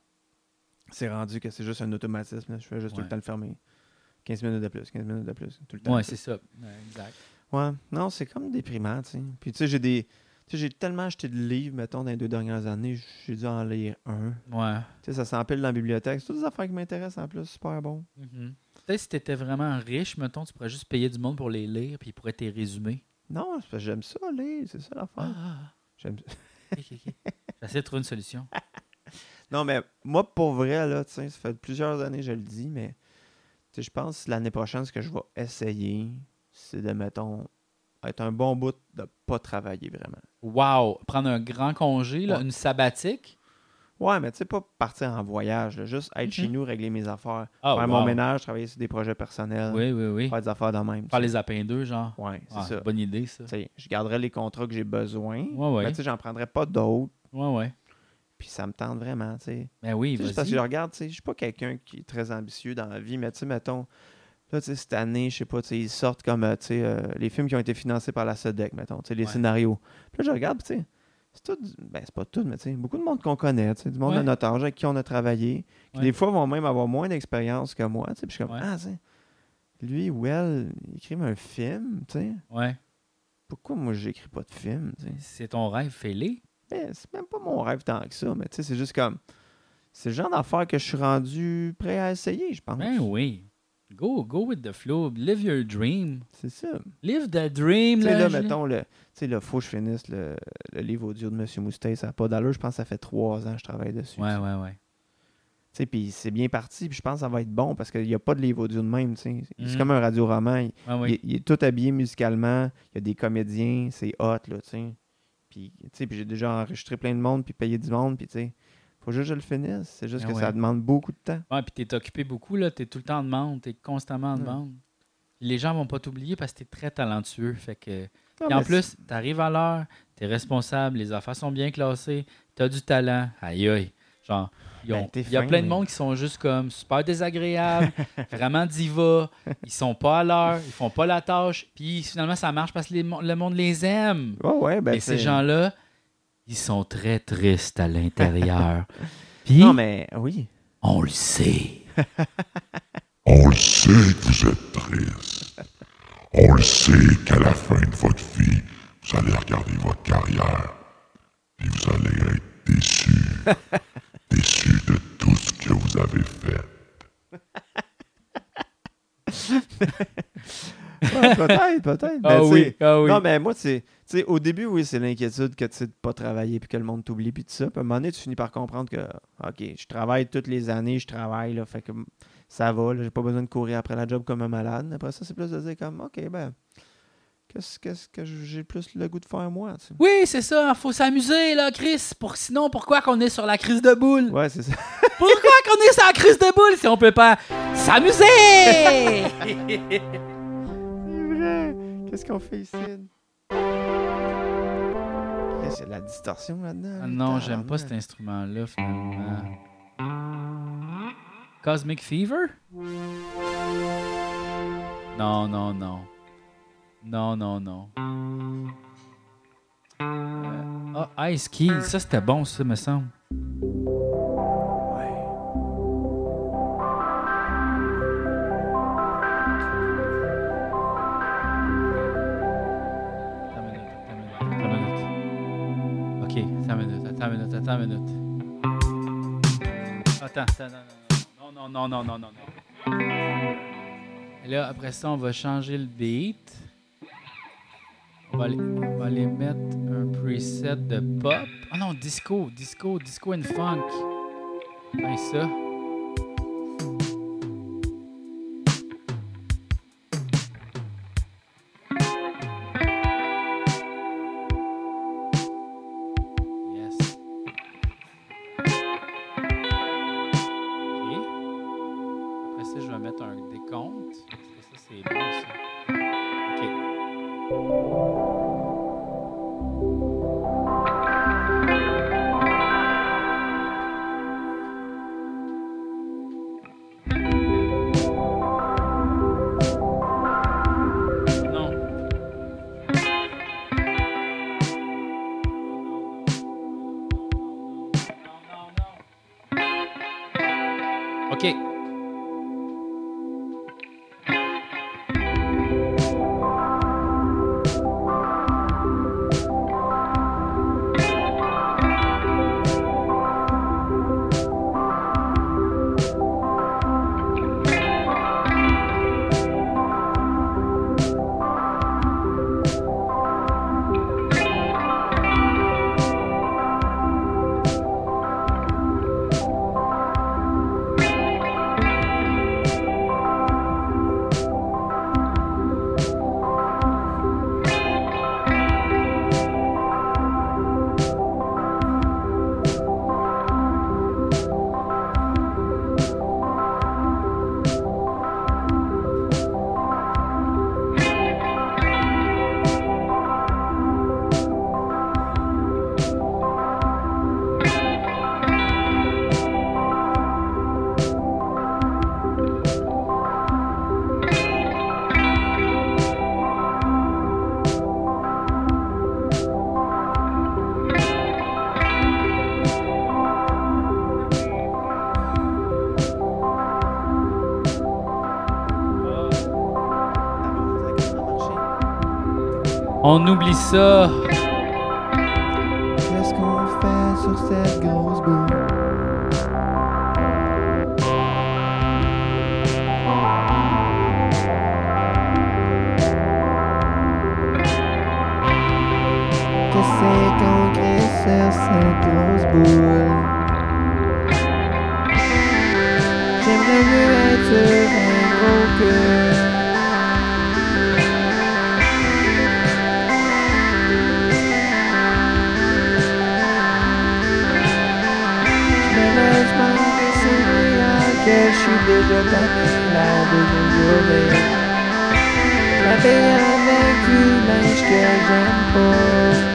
c'est rendu que c'est juste un automatisme. là. Je fais juste tout Ouais. le temps le fermer. quinze minutes de plus, quinze minutes de plus, tout le temps. Ouais, c'est ça. Ouais, exact. Ouais, non, c'est comme déprimant, tu sais. Puis tu sais, j'ai des. Tu sais, j'ai tellement acheté de livres, mettons, dans les deux dernières années, j'ai dû en lire un. Ouais. Tu sais, ça s'empile dans la bibliothèque. C'est toutes des affaires qui m'intéressent en plus, super bon. Mhm. Peut-être si tu étais vraiment riche, mettons, tu pourrais juste payer du monde pour les lire, puis ils pourraient tes résumer. Non, c'est parce que j'aime ça, lire, c'est ça l'affaire. Ah, J'aime ok, ok, ok. J'essaie de trouver une solution. Non, mais moi, pour vrai, là, tu sais, ça fait plusieurs années que je le dis, mais tu sais, je pense que l'année prochaine, ce que je vais essayer, c'est de, mettons, être un bon bout de pas travailler vraiment. Wow! Prendre un grand congé, là, Ouais. une sabbatique. Ouais, mais tu sais, pas partir en voyage, là, juste être Mhm. chez nous, régler mes affaires, Ah, faire wow. mon ménage, travailler sur des projets personnels, Oui, oui, oui. faire des affaires de même. tu Faire sais. les apins d'eux, genre. Ouais, c'est Ah, ça. bonne idée, ça. Tu sais, je garderai les contrats que j'ai besoin, Ouais, ouais. mais tu sais, j'en prendrai pas d'autres, Ouais, ouais. puis ça me tente vraiment, tu sais. Ben oui, Tu sais, juste parce que vas-y. je regarde, tu sais, je suis pas quelqu'un qui est très ambitieux dans la vie, mais tu sais, mettons, Là, tu sais, cette année, je sais pas, tu sais, ils sortent comme, euh, tu sais, euh, les films qui ont été financés par la S O D E C, mettons, tu sais, les Ouais. scénarios. Puis là, je regarde, tu sais, c'est tout, du- ben, c'est pas tout, mais tu sais, beaucoup de monde qu'on connaît, tu sais, du monde Ouais. de notre âge avec qui on a travaillé, qui Ouais. des fois vont même avoir moins d'expérience que moi, tu sais, puis je suis comme, Ouais. ah, tu sais, lui ou elle, ils écrivent un film, tu sais, Ouais. pourquoi moi, j'écris pas de film, tu sais? C'est ton rêve, fais-le. Ben, c'est même pas mon rêve tant que ça, mais tu sais, c'est juste comme, c'est le genre d'affaire que je suis rendu prêt à essayer, je pense. Ben oui. Go, go with the flow. Live your dream. C'est ça. Live the dream, Tu sais, là. là, je- mettons, le, tu sais, là, faut que je finisse le, le livre audio de M. Moustache. Ça n'a pas d'allure. Je pense que ça fait trois ans que je travaille dessus. Ouais, ouais, ouais. Tu sais, puis c'est bien parti. Puis je pense que ça va être bon parce qu'il n'y a pas de livre audio de même. Tu sais. C'est Mhm. comme un radio-roman. Il, Ouais, ouais. il- il est tout habillé musicalement. Il y a des comédiens. C'est hot, là, tu sais. Puis, tu sais, puis j'ai déjà enregistré plein de monde puis payé du monde. Puis, tu sais, faut juste que je le finisse. C'est juste Ah que ouais. ça demande beaucoup de temps. Ouais, puis t'es occupé beaucoup, là. T'es tout le temps en demande. T'es constamment en Ouais. demande. Les gens vont pas t'oublier parce que t'es très talentueux. Fait que... Non, Et en mais plus, t'arrives à l'heure, t'es responsable, les affaires sont bien classées, t'as du talent. Aïe, aïe. Genre, ils ont- Ben, t'es il y a fin, plein de mais- monde qui sont juste comme super désagréables, vraiment divas. Ils sont pas à l'heure, ils font pas la tâche. Puis finalement, ça marche parce que les mon- le monde les aime. Ouais, ouais, ben, Et ces c'est- gens-là, ils sont très tristes à l'intérieur. Puis, Non, mais oui. on le sait. On le sait que vous êtes triste. On le sait qu'à la fin de votre vie, vous allez regarder votre carrière et vous allez être déçus. Déçus de tout ce que vous avez fait. Ouais, peut-être, peut-être. Ah mais tu oui, sais, ah oui. Non, mais moi, c'est, tu sais, au début, oui, c'est l'inquiétude que tu sais de pas travailler puis que le monde t'oublie puis tout ça. Puis à un moment donné, tu finis par comprendre que, OK, je travaille toutes les années, je travaille, là, fait que ça va, là, j'ai pas besoin de courir après la job comme un malade. Après ça, c'est plus de dire comme, OK, ben, qu'est-ce, qu'est-ce que j'ai plus le goût de faire, moi, tu sais. Oui, c'est ça, faut s'amuser, là, Chris. Pour... Sinon, pourquoi qu'on est sur la crise de boule? Ouais, c'est ça. Pourquoi qu'on est sur la crise de boule si on peut pas s'amuser? C'est vrai. Qu'est-ce qu'on fait ici? Qu'est-ce qu'il y a de la distorsion là-dedans? Ah non, j'aime pas Tabarnak. cet instrument-là, finalement. Cosmic Fever? Non, non, non. Non, non, non. Euh, Ah, Ice Keys, ça c'était bon, ça, me semble. Ouais. Attends une minute, attends une minute, attends une minute. Ok, attends une minute, attends une minute, attends une minute. Attends, attends, non, non, non, non, non, non, non, non. Et là, après ça, on va changer le beat. On va aller, on va aller mettre un preset de pop. Ah non, disco, disco, disco and funk. Et ça. Yes. OK. Après ça, je vais mettre un décompte. Parce que ça, c'est bon, ça. OK. Non. OK. On oublie ça. Qu'est-ce qu'on fait sur cette grosse boule? Qu'est-ce qu'on crée sur cette grosse boule? J'aimerais mieux être sur un gros cœur. Malheureusement, c'est réel que je suis déjà tanné la deuxième journée. Laver avec du linge que j'aime pas.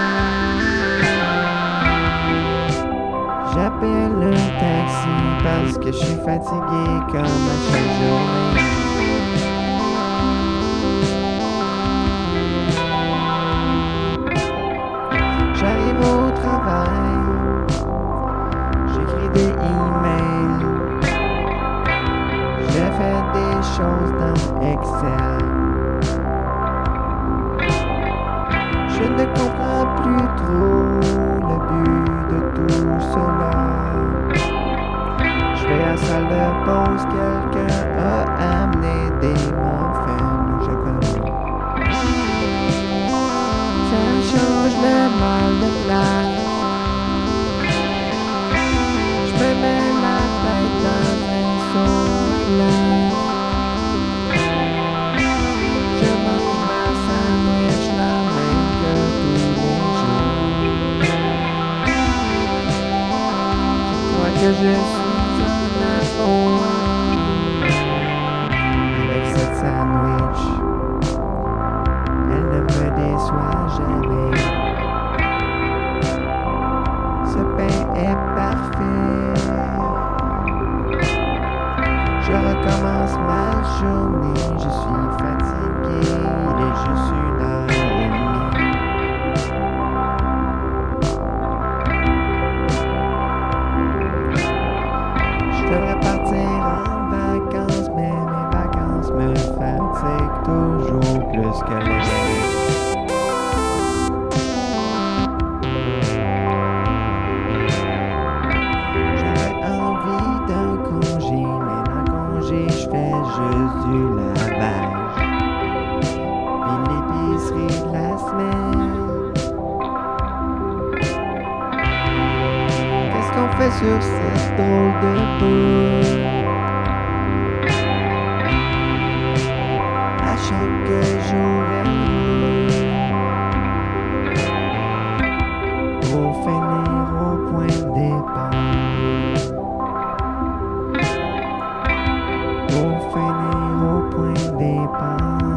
J'appelle un taxi parce que je suis fatigué comme à chaque journée. J'arrive au travail, j'écris des emails, j'ai fait des choses dans Excel. Je ne comprends plus trop le but de tout cela. Je vais à la salle de pause, quelqu'un a amené des muffins, je connais. Ça change le mal de place. Je me mets la tête dans un soleil. Je mange ma sandwich la même que tous les jours. Je crois que je suis en amour avec cette sandwich. Elle ne me déçoit jamais. Ce pain est parfait. Je recommence ma journée. Je suis fatigué. Il est juste une heure et demie. Je devrais partir en vacances, mais mes vacances me fatiguent toujours plus que les autres. J'aurais envie d'un congé, mais d'un congé, je fais juste du lavage. Puis l'épicerie de la semaine. Qu'est-ce qu'on fait sur cette drôle de boule? À chaque jour, elle roule pour finir au point de départ. Pour finir au point de départ.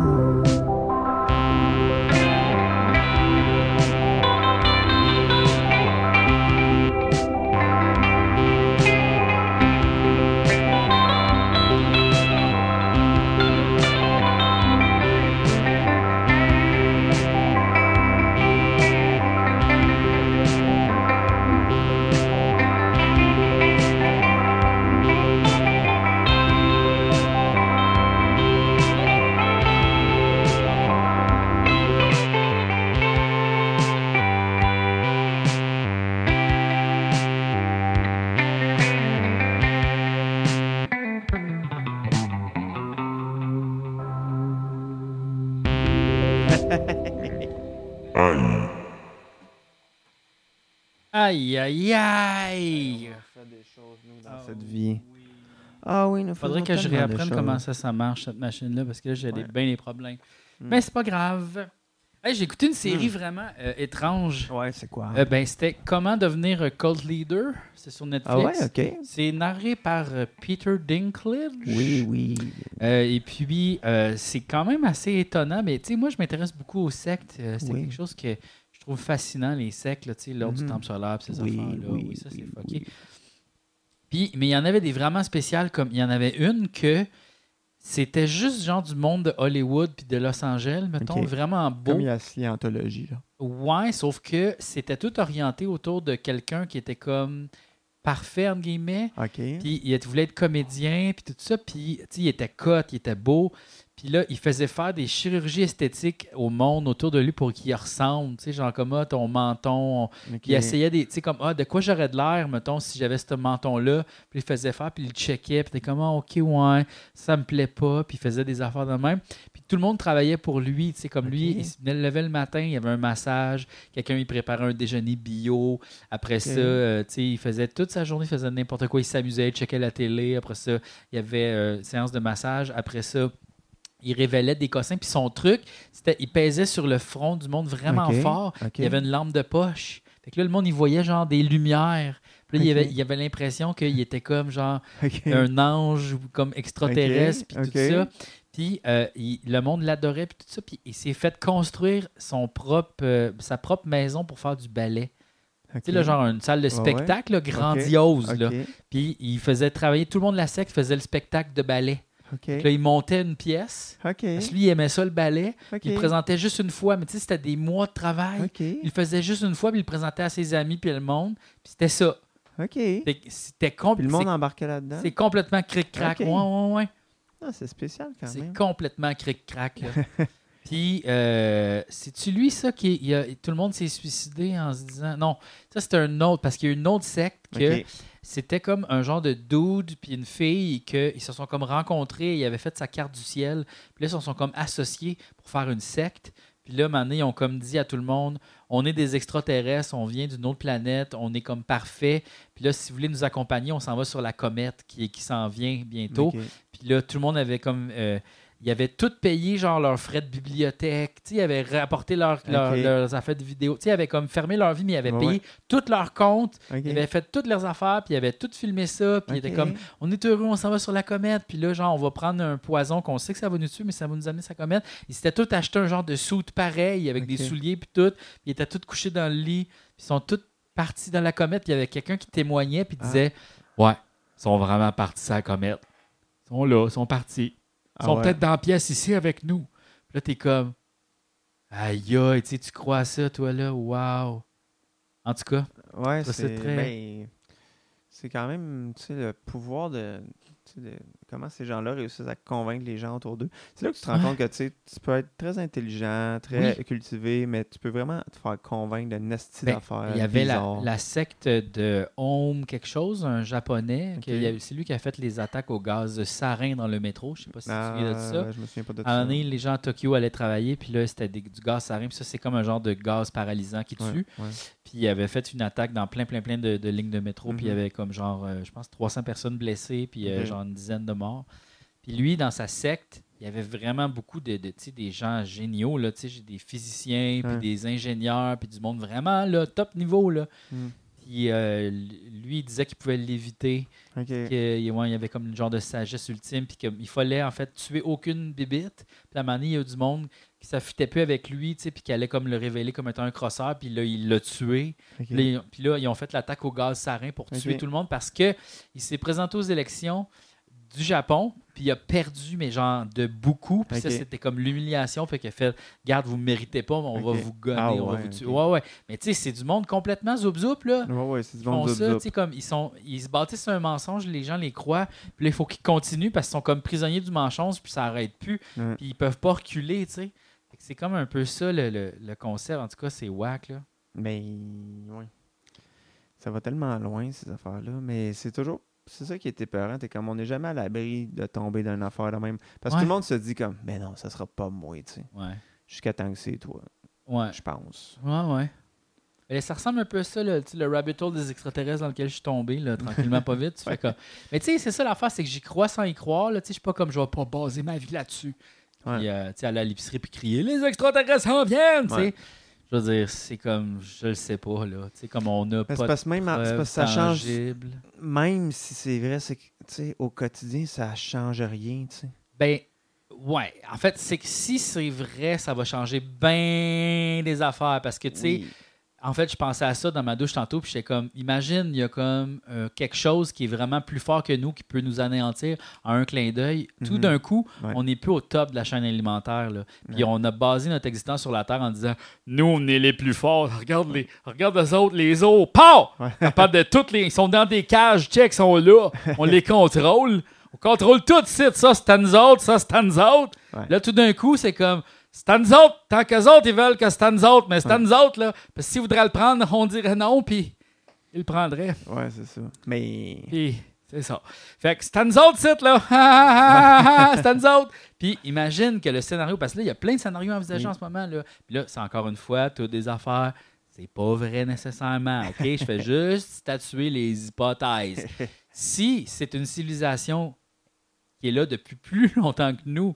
Aïe. Aïe, aïe, aïe. On fait des choses, nous, dans Ah cette oui. vie. Ah oui, nous Faudrait faisons que je tellement de réapprenne choses. comment ça, ça marche, cette machine-là, parce que là, j'ai Ouais. bien les problèmes. Mm. Mais c'est pas grave. Hey, j'ai écouté une série Mm. vraiment euh, étrange. Ouais, c'est quoi? Euh, ben, c'était Comment devenir un cult leader. C'est sur Netflix. ah ouais, ok. C'est narré par euh, Peter Dinklage. Oui, oui. Euh, et puis, euh, c'est quand même assez étonnant. Mais tu sais, moi, je m'intéresse beaucoup aux sectes. Euh, c'est Oui. quelque chose que je trouve fascinant, les sectes. là, tu sais, L'ordre Mhm. du Temple solaire, pis ces Oui, affaires-là. oui, Oui, ça, c'est oui, fucké. oui. Puis, mais il y en avait des vraiment spéciales, comme il y en avait une que c'était juste genre du monde de Hollywood puis de Los Angeles, mettons, Ok. vraiment beau. Comme il y a Scientologie, là. Ouais, sauf que c'était tout orienté autour de quelqu'un qui était comme parfait, entre guillemets. OK. Puis il voulait être comédien, puis tout ça. Puis, tu sais, il était cut, il était beau. Puis là, il faisait faire des chirurgies esthétiques au monde autour de lui pour qu'il y ressemble. Tu sais, genre comme, ah, ton menton. Ok. Il essayait des. Tu sais, comme, ah, de quoi j'aurais de l'air, mettons, si j'avais ce menton-là. Puis il faisait faire, puis il checkait. Puis t'es comme, ah, OK, ouais, ça me plaît pas. Puis il faisait des affaires de même. Puis tout le monde travaillait pour lui. Tu sais, comme lui, Ok. il se venait le lever le matin, il y avait un massage. Quelqu'un, il préparait un déjeuner bio. Après Ok. ça, euh, tu sais, il faisait toute sa journée, il faisait n'importe quoi. Il s'amusait, il checkait la télé. Après ça, il y avait euh, séance de massage. Après ça, il révélait des cossins. Puis son truc, c'était il pesait sur le front du monde vraiment Ok, fort. ok. Il y avait une lampe de poche. Fait que là, le monde, il voyait genre des lumières. Puis là, il, Ok. avait, il avait l'impression qu'il était comme genre Ok. un ange ou comme extraterrestre. Ok, Puis tout ok. ça. Puis euh, il- le monde l'adorait. Puis tout ça. Puis il s'est fait construire son propre, euh, sa propre maison pour faire du ballet. Ok. Tu sais, là, genre une salle de Ouais, ouais. spectacle là, grandiose. Ok. Là. Puis il faisait travailler, tout le monde de la secte faisait le spectacle de ballet. Ok. Puis là, il montait une pièce. Ok. Parce que lui, il aimait ça, le ballet. Ok. Il le présentait juste une fois. Mais tu sais, c'était des mois de travail. Ok. Il le faisait juste une fois, puis il le présentait à ses amis, puis le monde. Puis c'était ça. Ok. Puis C'était- C'était compl- le monde c'est- embarquait là-dedans. c'est complètement cric-crac. Ok. Ouais, ouais, ouais. Ah, c'est spécial quand C'est même. complètement cric-crac. là. Puis, euh, c'est-tu lui, ça, qui il y a- tout le monde s'est suicidé en se disant... Non, ça, c'était un autre, parce qu'il y a une autre secte que... Ok. C'était comme un genre de dude puis une fille qu'ils se sont comme rencontrés, ils avaient fait sa carte du ciel, puis là, ils se sont comme associés pour faire une secte. Puis là, maintenant, ils ont comme dit à tout le monde, on est des extraterrestres, on vient d'une autre planète, on est comme parfait. Puis là, si vous voulez nous accompagner, on s'en va sur la comète qui, qui s'en vient bientôt. Ok. Puis là, tout le monde avait comme... euh, ils avaient tout payé, genre leurs frais de bibliothèque. Tu sais, ils avaient rapporté leur- leur- Ok. leurs affaires de vidéo. Tu sais, ils avaient comme fermé leur vie, mais ils avaient Ouais, payé ouais. tous leurs comptes. Ok. Ils avaient fait toutes leurs affaires, puis ils avaient tout filmé ça. Puis ils Ok. étaient comme, on est heureux, on s'en va sur la comète. Puis là, genre, on va prendre un poison qu'on sait que ça va nous tuer, mais ça va nous amener sur la comète. Ils s'étaient tous acheté un genre de soute pareil, avec Ok. des souliers, puis tout. Puis ils étaient tous couchés dans le lit. Puis ils sont tous partis dans la comète. Puis il y avait quelqu'un qui témoignait, puis Ah. disait, ouais, ils sont vraiment partis sur la comète. Ils sont là, ils sont partis. Ils Ah sont ouais. peut-être dans la pièce ici avec nous. Puis là, t'es comme, aïe, aïe, tu sais, tu crois à ça, toi, là? Wow. En tout cas, Ouais, Ça, c'est c'est très- ben, c'est quand même, tu sais, le pouvoir de, tu sais, de- comment ces gens-là réussissent à convaincre les gens autour d'eux. C'est là que tu te rends Ouais. compte que tu sais, tu peux être très intelligent, très Oui. cultivé, mais tu peux vraiment te faire convaincre de nesty ben, d'affaires. il y avait la, bizarres. la secte de Home quelque chose, un japonais. Ok. qui- il y a- c'est lui qui a fait les attaques au gaz de sarin dans le métro. Je sais pas si tu te souviens de Ah, ça. ouais, je me souviens pas de À un moment ça. donné, les gens à Tokyo allaient travailler, puis là, c'était des- du gaz sarin. Puis ça, c'est comme un genre de gaz paralysant qui tue. Ouais, ouais. Puis il avait fait une attaque dans plein, plein, plein de, de lignes de métro. Puis il y Mhm. avait comme genre, euh, je pense, trois cents personnes blessées, puis euh, Ok. genre une dizaine de morts. Puis lui, dans sa secte, il y avait vraiment beaucoup de, de tu sais, des gens géniaux. Là, tu sais, j'ai des physiciens, puis Ouais. des ingénieurs, puis du monde vraiment là, top niveau. Là. Mm. Puis euh, lui, il disait qu'il pouvait l'éviter, Ok. qu'il ouais, il y avait comme une genre de sagesse ultime, puis qu'il fallait en fait tuer aucune bébite. Puis à un moment donné, il y a du monde qui s'affûtait plus avec lui, tu sais, puis qui allait comme le révéler comme étant un crosseur, puis là, il l'a tué. Ok. Puis là, ils- puis là, ils ont fait l'attaque au gaz sarin pour tuer Ok. tout le monde parce qu'il s'est présenté aux élections du Japon, puis il a perdu, mais genre de beaucoup. Puis ça, Ok. c'était comme l'humiliation. Fait qu'il a fait, garde, vous ne méritez pas, mais on va Ok. vous gonner, Ah on va ouais, vous tuer. ok. Ouais, ouais. Mais tu sais, c'est du monde complètement zoup-zoup, là. Ouais, ouais, c'est du Ils font monde ça, zoup-zoup. tu sais, comme ils sont, ils se bâtissent sur un mensonge, les gens les croient, puis là, il faut qu'ils continuent parce qu'ils sont comme prisonniers du mensonge, puis ça arrête plus, Ouais. puis ils peuvent pas reculer, tu sais. Fait que c'est comme un peu ça le, le, le concept. En tout cas, c'est whack, là. Mais, ouais. Ça va tellement loin, ces affaires-là. Mais c'est toujours. C'est ça qui est épeurant. T'es comme, on n'est jamais à l'abri de tomber dans une affaire de même. Parce que Ouais. tout le monde se dit comme, mais non, ça sera pas moi, tu sais. Ouais. Jusqu'à temps que c'est toi, Ouais. je pense. Ouais, ouais. Mais ça ressemble un peu à ça, là, tu sais, le rabbit hole des extraterrestres dans lequel je suis tombé, là, tranquillement, pas vite. Tu fais comme... Mais tu sais, c'est ça l'affaire, c'est que j'y crois sans y croire. Là, tu sais, je suis pas comme je vais pas baser ma vie là-dessus. Ouais. Puis, euh, tu sais, aller à l'épicerie puis crier les extraterrestres s'en viennent, tu sais. Ouais. Je veux dire, c'est comme, je le sais pas, là. Tu sais, comme on a Mais pas c'est de parce que même, en- c'est preuves parce que ça change. tangibles. Même si c'est vrai, c'est que, tu sais, au quotidien, ça change rien, tu sais. Ben, ouais. En fait, c'est que si c'est vrai, ça va changer bien des affaires parce que, tu sais, Oui. En fait, je pensais à ça dans ma douche tantôt, puis j'étais comme, imagine, il y a comme euh, quelque chose qui est vraiment plus fort que nous, qui peut nous anéantir en un clin d'œil. Tout Mhm. d'un coup, Ouais. on n'est plus au top de la chaîne alimentaire. Là. Puis Ouais. on a basé notre existence sur la Terre en disant, nous, on est les plus forts. Regarde les, regarde les autres, les autres. Pow! Ouais. Capable de toutes les. Ils sont dans des cages, check, ils sont là. On les contrôle. On contrôle tout de suite. Ça, c'est à nous autres. Ça, c'est à nous autres. Ouais. Là, tout d'un coup, c'est comme. C'est à nous autres, tant qu'eux autres, ils veulent que c'est à nous autres, mais c'est à Ouais. nous autres, là. Parce que s'ils voudraient le prendre, on dirait non, puis ils le prendraient. Ouais, c'est ça. Mais. Puis c'est ça. Fait que c'est à nous autres, c'est là. C'est à nous autres. Puis imagine que le scénario, parce que là, il y a plein de scénarios envisagés Oui. en ce moment, là. Puis là, c'est encore une fois, toutes des affaires. C'est pas vrai nécessairement, OK? Je fais juste statuer les hypothèses. Si c'est une civilisation qui est là depuis plus longtemps que nous,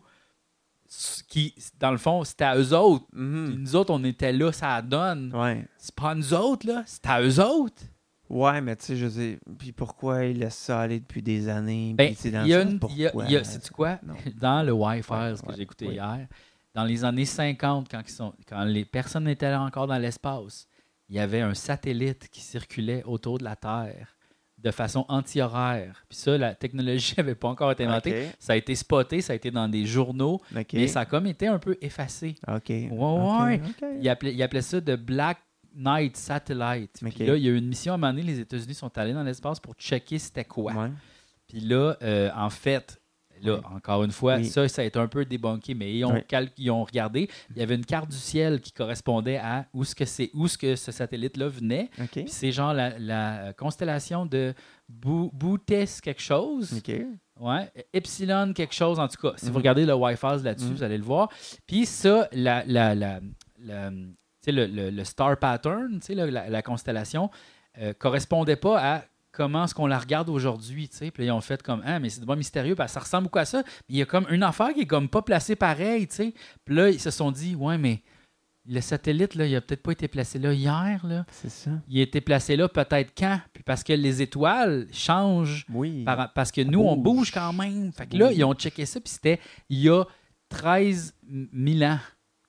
qui, dans le fond, c'était à eux autres. Puis Mhm. nous autres, on était là, ça donne. Ouais. C'est pas à nous autres, là. C'est à eux autres. Ouais, mais tu sais, je sais. Puis pourquoi ils laissent ça aller depuis des années? Ben, Puis, tu sais, dans il y a le sens, une. il y a- pourquoi? il y a- sais-tu quoi? Non. Dans le Wi-Fi, Ouais, ce que ouais, j'ai écouté oui. hier, dans les années cinquante, quand, ils sont, quand les personnes étaient là encore dans l'espace, il y avait un satellite qui circulait autour de la Terre de façon anti-horaire. Puis ça, la technologie n'avait pas encore été inventée. Ok. Ça a été spoté, ça a été dans des journaux, Ok. mais ça a comme été un peu effacé. Ok. Ouais, Ok, ouais. ok. Il appelait, il appelait ça de Black Knight Satellite. Puis Ok. là, il y a eu une mission à un moment donné, les États-Unis sont allés dans l'espace pour checker c'était quoi. Ouais. Puis là, euh, en fait, là, Oui. encore une fois, Oui. ça, ça a été un peu débunké, mais ils ont, Oui. cal- ils ont regardé. Il y avait une carte du ciel qui correspondait à où ce que c'est, où ce que ce satellite-là venait. Ok. Puis c'est genre la, la constellation de Bou- Boutès quelque chose. Ok. Ouais, Epsilon quelque chose, en tout cas. Si Mhm. vous regardez le Wi-Fi là-dessus, Mhm. vous allez le voir. Puis ça, la, la, la, la- tu sais, le, le- le star pattern, tu sais, la, la- la constellation, euh, correspondait pas à comment est-ce qu'on la regarde aujourd'hui. tu sais. Puis là, ils ont fait comme, ah, mais c'est vraiment mystérieux, parce que ça ressemble beaucoup à ça. Puis il y a comme une affaire qui est comme pas placée pareil. tu sais. Puis là, ils se sont dit, ouais, mais le satellite, là, il a peut-être pas été placé là hier. Là. C'est ça. Il a été placé là peut-être quand? Puis parce que les étoiles changent. Oui. Par- parce que nous, on bouge. bouge quand même. Fait que là, bouge. ils ont checké ça, puis c'était il y a treize mille ans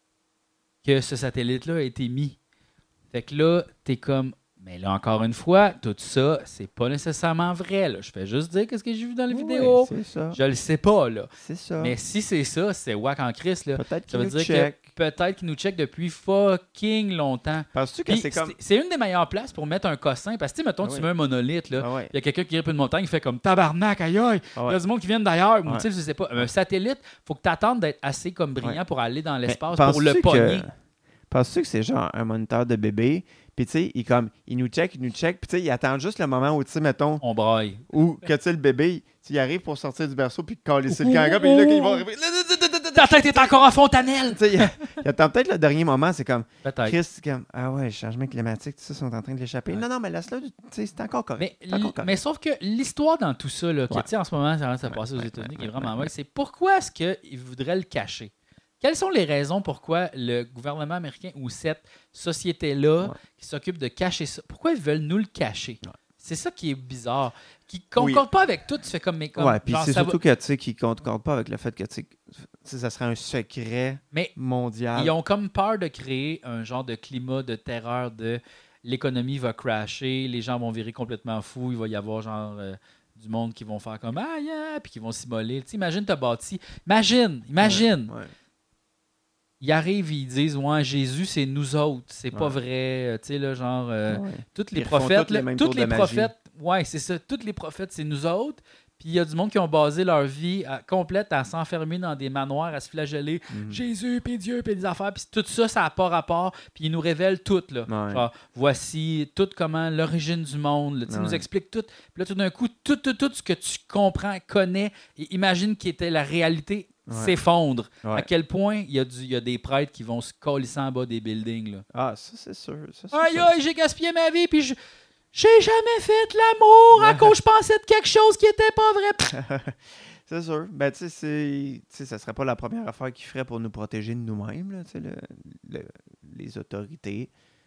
que ce satellite-là a été mis. Fait que là, t'es comme, mais là, encore une fois, tout ça, c'est pas nécessairement vrai. Là. Je fais juste dire qu'est-ce que j'ai vu dans les Ouais, vidéos. C'est ça. Je le sais pas, là. C'est ça. Mais si c'est ça, c'est wack en Christ, là. Peut-être Ça qu'ils veut nous dire check. que peut-être qu'ils nous checkent depuis fucking longtemps. Penses-tu que Puis c'est comme. c'est c'est une des meilleures places pour mettre un cossin. Parce que, tu sais, mettons, Ah tu oui. mets un monolithe, là. Ah ouais. Il y a quelqu'un qui grippe une montagne, il fait comme tabarnak, aïe aïe. Ah Il y ouais. a du monde qui vient d'ailleurs. Ou Ouais. tu sais, je sais pas. Un satellite, faut que tu attendes d'être assez comme brillant Ouais. pour aller dans Mais l'espace, penses-tu pour le que- pogner. Penses-tu que c'est genre un moniteur de bébé? Puis tu sais, il, comme, il nous check, il nous check. Puis tu sais, il attend juste le moment où, tu sais, mettons, On braille. où que tu sais, le bébé, tu sais, il arrive pour sortir du berceau puis coller le caga. Puis là, il va arriver. Ta tête est encore à Fontanelle! Tu sais, il, il attend peut-être le dernier moment. C'est comme, Peut-être. Chris, c'est comme, ah ouais, changement climatique, tout ça, sont en train de l'échapper. Ouais. Non, non, mais laisse-le, tu sais, c'est encore correct. Mais, C'est encore l- correct. mais sauf que l'histoire dans tout ça, là, qui, Ouais. tu sais, en ce moment, ça va passer aux Ouais, États-Unis, ouais, qui est ouais, vraiment ouais, vague, ouais. c'est pourquoi est-ce qu'ils voudraient le cacher? Quelles sont les raisons pourquoi le gouvernement américain ou cette société-là Ouais. qui s'occupe de cacher ça, pourquoi ils veulent nous le cacher? Ouais. C'est ça qui est bizarre. Qui ne concorde pas avec tout, tu fais comme... Mais comme Ouais, puis genre, c'est ça va- surtout que, tu sais, qu'ils ne concordent pas avec le fait que, tu sais, tu sais, ça serait un secret Mais mondial. ils ont comme peur de créer un genre de climat de terreur de l'économie va crasher, les gens vont virer complètement fous, il va y avoir genre euh, du monde qui vont faire comme ah yeah, puis qui vont s'immoler. Tu sais, imagine t'as bâti, imagine, imagine, Ouais, ouais. ils arrivent, ils disent ouais Jésus c'est nous autres, c'est pas Ouais. vrai, euh, tu sais là genre euh, Ouais. tous les Ils refont prophètes, toutes les là, mêmes tous tours de les magie. prophètes, ouais c'est ça, tous les prophètes c'est nous autres. Puis il y a du monde qui ont basé leur vie à- complète à s'enfermer dans des manoirs, à se flageller. Mhm. Jésus, puis Dieu, puis des affaires. Puis tout ça, ça n'a pas rapport. Puis il nous révèle tout. Là. Ouais. Genre, voici tout comment l'origine du monde. Là. Tu sais, Il nous Ouais. explique tout. Puis là, tout d'un coup, tout, tout, tout ce que tu comprends, connais, et imagine qui était la réalité Ouais. s'effondre. Ouais. À quel point il y, a du- il y a des prêtres qui vont se colisser en bas des buildings. Là. Ah, ça, c'est sûr. Ça, c'est Aïe, sûr. aïe, j'ai gaspillé ma vie, puis je... J'ai jamais fait l'amour à cause je pensais de quelque chose qui était pas vrai. C'est sûr. Ben, tu sais, c'est- tu sais, ça serait pas la première affaire qu'ils feraient pour nous protéger de nous-mêmes, là, tu sais, le- le- les autorités.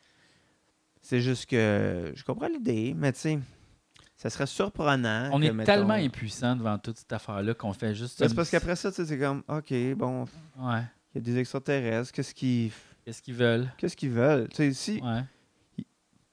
C'est juste que je comprends l'idée, mais tu sais, ça serait surprenant. On que, est mettons- tellement impuissant devant toute cette affaire-là qu'on fait juste... Ben, c'est parce qu'après ça, tu sais, c'est comme, OK, bon, Ouais. il y a des extraterrestres, qu'est-ce qu'ils Qu'est-ce qu'ils veulent? qu'est-ce qu'ils veulent? Tu sais, si, Ouais. tu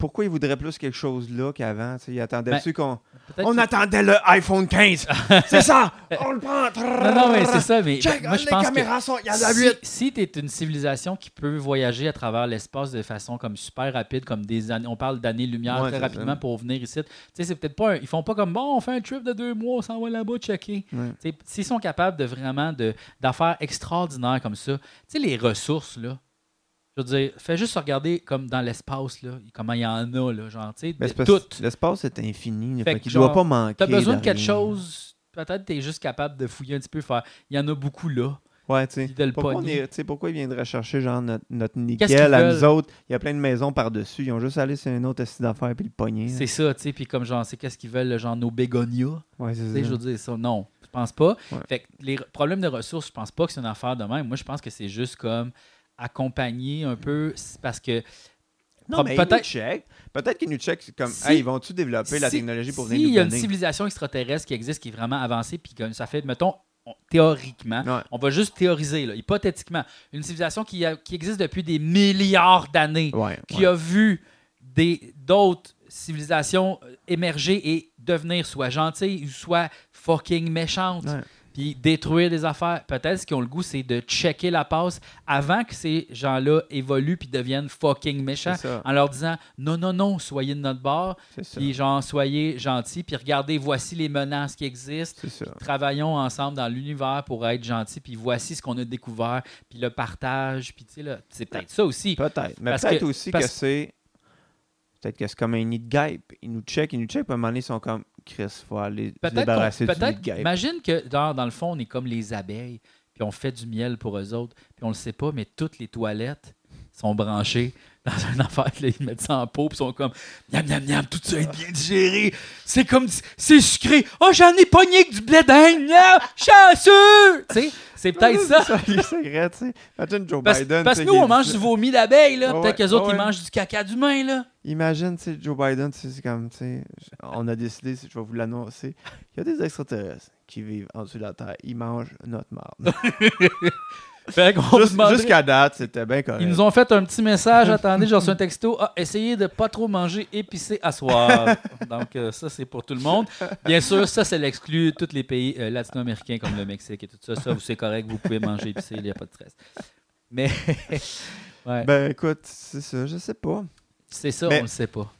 pourquoi ils voudraient plus quelque chose là qu'avant? T'sais, ils attendaient-tu Ben, qu'on... Peut-être On que- attendait le iPhone quinze! C'est ça! On le prend! Non, non, mais c'est ça. Mais Check, moi, je les pense caméras sont... Il y en a que huit! si, si tu es une civilisation qui peut voyager à travers l'espace de façon comme super rapide, comme des années, on parle d'années-lumière Ouais, très c'est rapidement ça. pour venir ici. Tu sais, c'est peut-être pas un- ils font pas comme bon, on fait un trip de deux mois, on s'en va là-bas checker. Ouais. Tu sais, s'ils sont capables de vraiment de, d'affaires extraordinaires comme ça, tu sais, les ressources, là. Je veux dire, fais juste regarder comme dans l'espace, là, comment il y en a, là, genre, tu sais, Ben, de c'est parce tout. que l'espace est infini. Fait Fait que qu'il genre, doit pas manquer. Tu as besoin de quelque rien. chose, peut-être tu es juste capable de fouiller un petit peu, faire. Il y en a beaucoup là, Ouais, tu sais. puis de le Pourquoi, on pogner. est- tu sais, pourquoi ils viendraient chercher genre notre, notre Qu'est-ce nickel qu'ils à veulent? nous autres? Il y a plein de maisons par-dessus. Ils ont juste allé sur un autre style d'affaires puis le pogner. là. C'est ça, tu sais, puis comme genre, c'est qu'est-ce qu'ils veulent, genre nos bégonias. Ouais, c'est Tu sais, ça. je veux dire ça, non, je pense pas. Ouais. Fait que les r- problèmes de ressources, je pense pas que c'est une affaire de même. Moi, je pense que c'est juste comme accompagner un peu, c'est parce que Non, Pro- mais peut-être- ils nous checkent. Peut-être qu'ils nous checkent c'est comme, Si- hey, ils vont-tu développer la si- technologie pour si venir il nous y a une donner? civilisation extraterrestre qui existe, qui est vraiment avancée, puis que ça fait, mettons, on- théoriquement, Ouais. on va juste théoriser, là, hypothétiquement, une civilisation qui, a- qui existe depuis des milliards d'années, Ouais, qui ouais. a vu des, d'autres civilisations euh, émerger et devenir soit gentilles ou soit fucking méchantes, Ouais. puis détruire des affaires. Peut-être ce qu'ils ont le goût, c'est de checker la passe avant que ces gens-là évoluent puis deviennent fucking méchants, C'est ça. en leur disant non, non, non, soyez de notre bord, C'est ça. puis genre, soyez gentils, puis regardez, voici les menaces qui existent. C'est ça. Travaillons ensemble dans l'univers pour être gentils, puis voici ce qu'on a découvert, puis le partage, puis tu sais, là, c'est peut-être ça aussi. Peut-être. Mais Parce peut-être que- aussi parce- que c'est. Peut-être que c'est comme un nid de guêpe. Ils nous checkent, ils nous checkent, puis à un moment donné, ils sont comme Chris, il faut aller se Peut-être, débarrasser qu'on- du nid de peut-être guêpe. imagine que dans, dans le fond, on est comme les abeilles, puis on fait du miel pour eux autres, puis on le sait pas, mais toutes les toilettes sont branchées dans une affaire, là, ils mettent ça en pot, puis ils sont comme miam, miam, miam, tout ça est bien digéré, c'est comme, c'est sucré, oh, j'en ai pogné que du blé d'Inde, là, chanceux! Tu sais, c'est peut-être ça. C'est ça, les secrets, tu sais. Imagine Joe Parce, Biden. parce tu que sais, nous, il on est- mange du vomi d'abeille, là. Ouais, Peut-être ouais, qu'eux autres, ouais. ils mangent du caca d'humain, là. Imagine, tu sais, Joe Biden, tu sais, c'est comme, tu sais, on a décidé, je vais vous l'annoncer, il y a des extraterrestres qui vivent en dessous de la Terre. Ils mangent notre marde. Fait qu'on Juste- demanderait- Jusqu'à date, c'était bien correct. Ils nous ont fait un petit message. Attendez, j'ai reçu un texto. Ah, essayez de pas trop manger épicé à soir. Donc, euh, ça, c'est pour tout le monde. Bien sûr, ça, c'est l'exclu tous les pays euh, latino-américains comme le Mexique et tout ça. Ça, vous, c'est correct. Vous pouvez manger épicé. Il n'y a pas de stress. Mais, ouais, Ben écoute, c'est ça, je sais pas. c'est ça, mais- on le sait pas.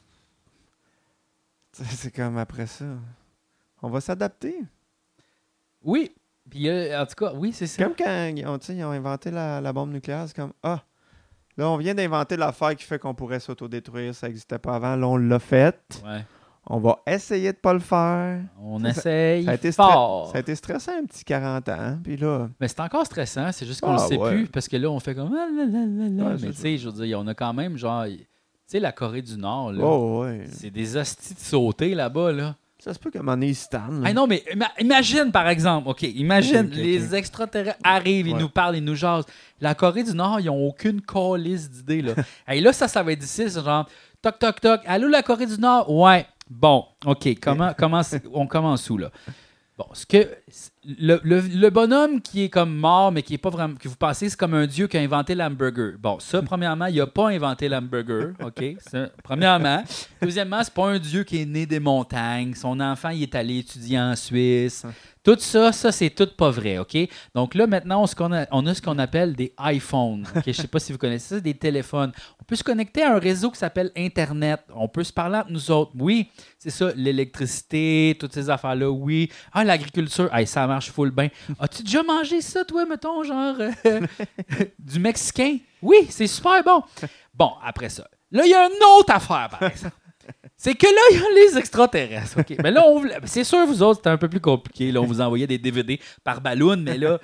C'est- C'est comme après ça. On va s'adapter. Oui. Puis, euh, en tout cas, oui, c'est ça. Comme quand ils ont, tu sais, ils ont inventé la, la bombe nucléaire, c'est comme, ah, là, on vient d'inventer l'affaire qui fait qu'on pourrait s'autodétruire. Ça n'existait pas avant. Là, on l'a fait. Ouais. On va essayer de pas le faire. On Ça- essaye Ça a, été stre- fort. ça a été stressant un petit quarante ans. Puis là, Mais c'est encore stressant, c'est juste qu'on Ah, le sait ouais. plus parce que là, on fait comme. Ah, là, là, là, là. Ouais, Mais c'est tu sais, je veux dire, on a quand même genre. Tu sais, la Corée du Nord, là. oh, ouais. C'est des hosties de sauter là-bas, là. Ça se peut qu'à un moment donné, ils se tannent, là. Ah non, mais ima- imagine, par exemple, OK, imagine, Ok, ok, les ok. extraterrestres arrivent, ils Ouais. nous parlent, ils nous jasent. La Corée du Nord, ils n'ont aucune calice d'idées, là. Et là, ça, ça va être difficile, c'est genre, toc, toc, toc, allô, la Corée du Nord? Ouais, bon, OK, comment, comment c'est- on commence où, là? Bon, ce que le, le- le bonhomme qui est comme mort, mais qui est pas vraiment, que vous pensez, c'est comme un dieu qui a inventé l'hamburger. Bon, ça, premièrement, il a pas inventé l'hamburger, OK? Ça, premièrement. Deuxièmement, c'est pas un dieu qui est né des montagnes. Son enfant, il est allé étudier en Suisse. Tout ça, ça, c'est tout pas vrai, OK? Donc là, maintenant, on, ce qu'on a, on a ce qu'on appelle des iPhones. OK? Je sais pas si vous connaissez ça, des téléphones. On peut se connecter à un réseau qui s'appelle Internet. On peut se parler entre nous autres. Oui, c'est ça, l'électricité, toutes ces affaires-là, oui. Ah, l'agriculture, hey, ça marche full bien. As-tu déjà mangé ça, toi, mettons, genre euh, du mexicain? Oui, c'est super bon. Bon, après ça. Là, il y a une autre affaire, par exemple. C'est que là, il y a les extraterrestres. OK? Mais là, on voulait- c'est sûr, vous autres, c'était un peu plus compliqué. Là, on vous envoyait des D V D par ballon, mais là.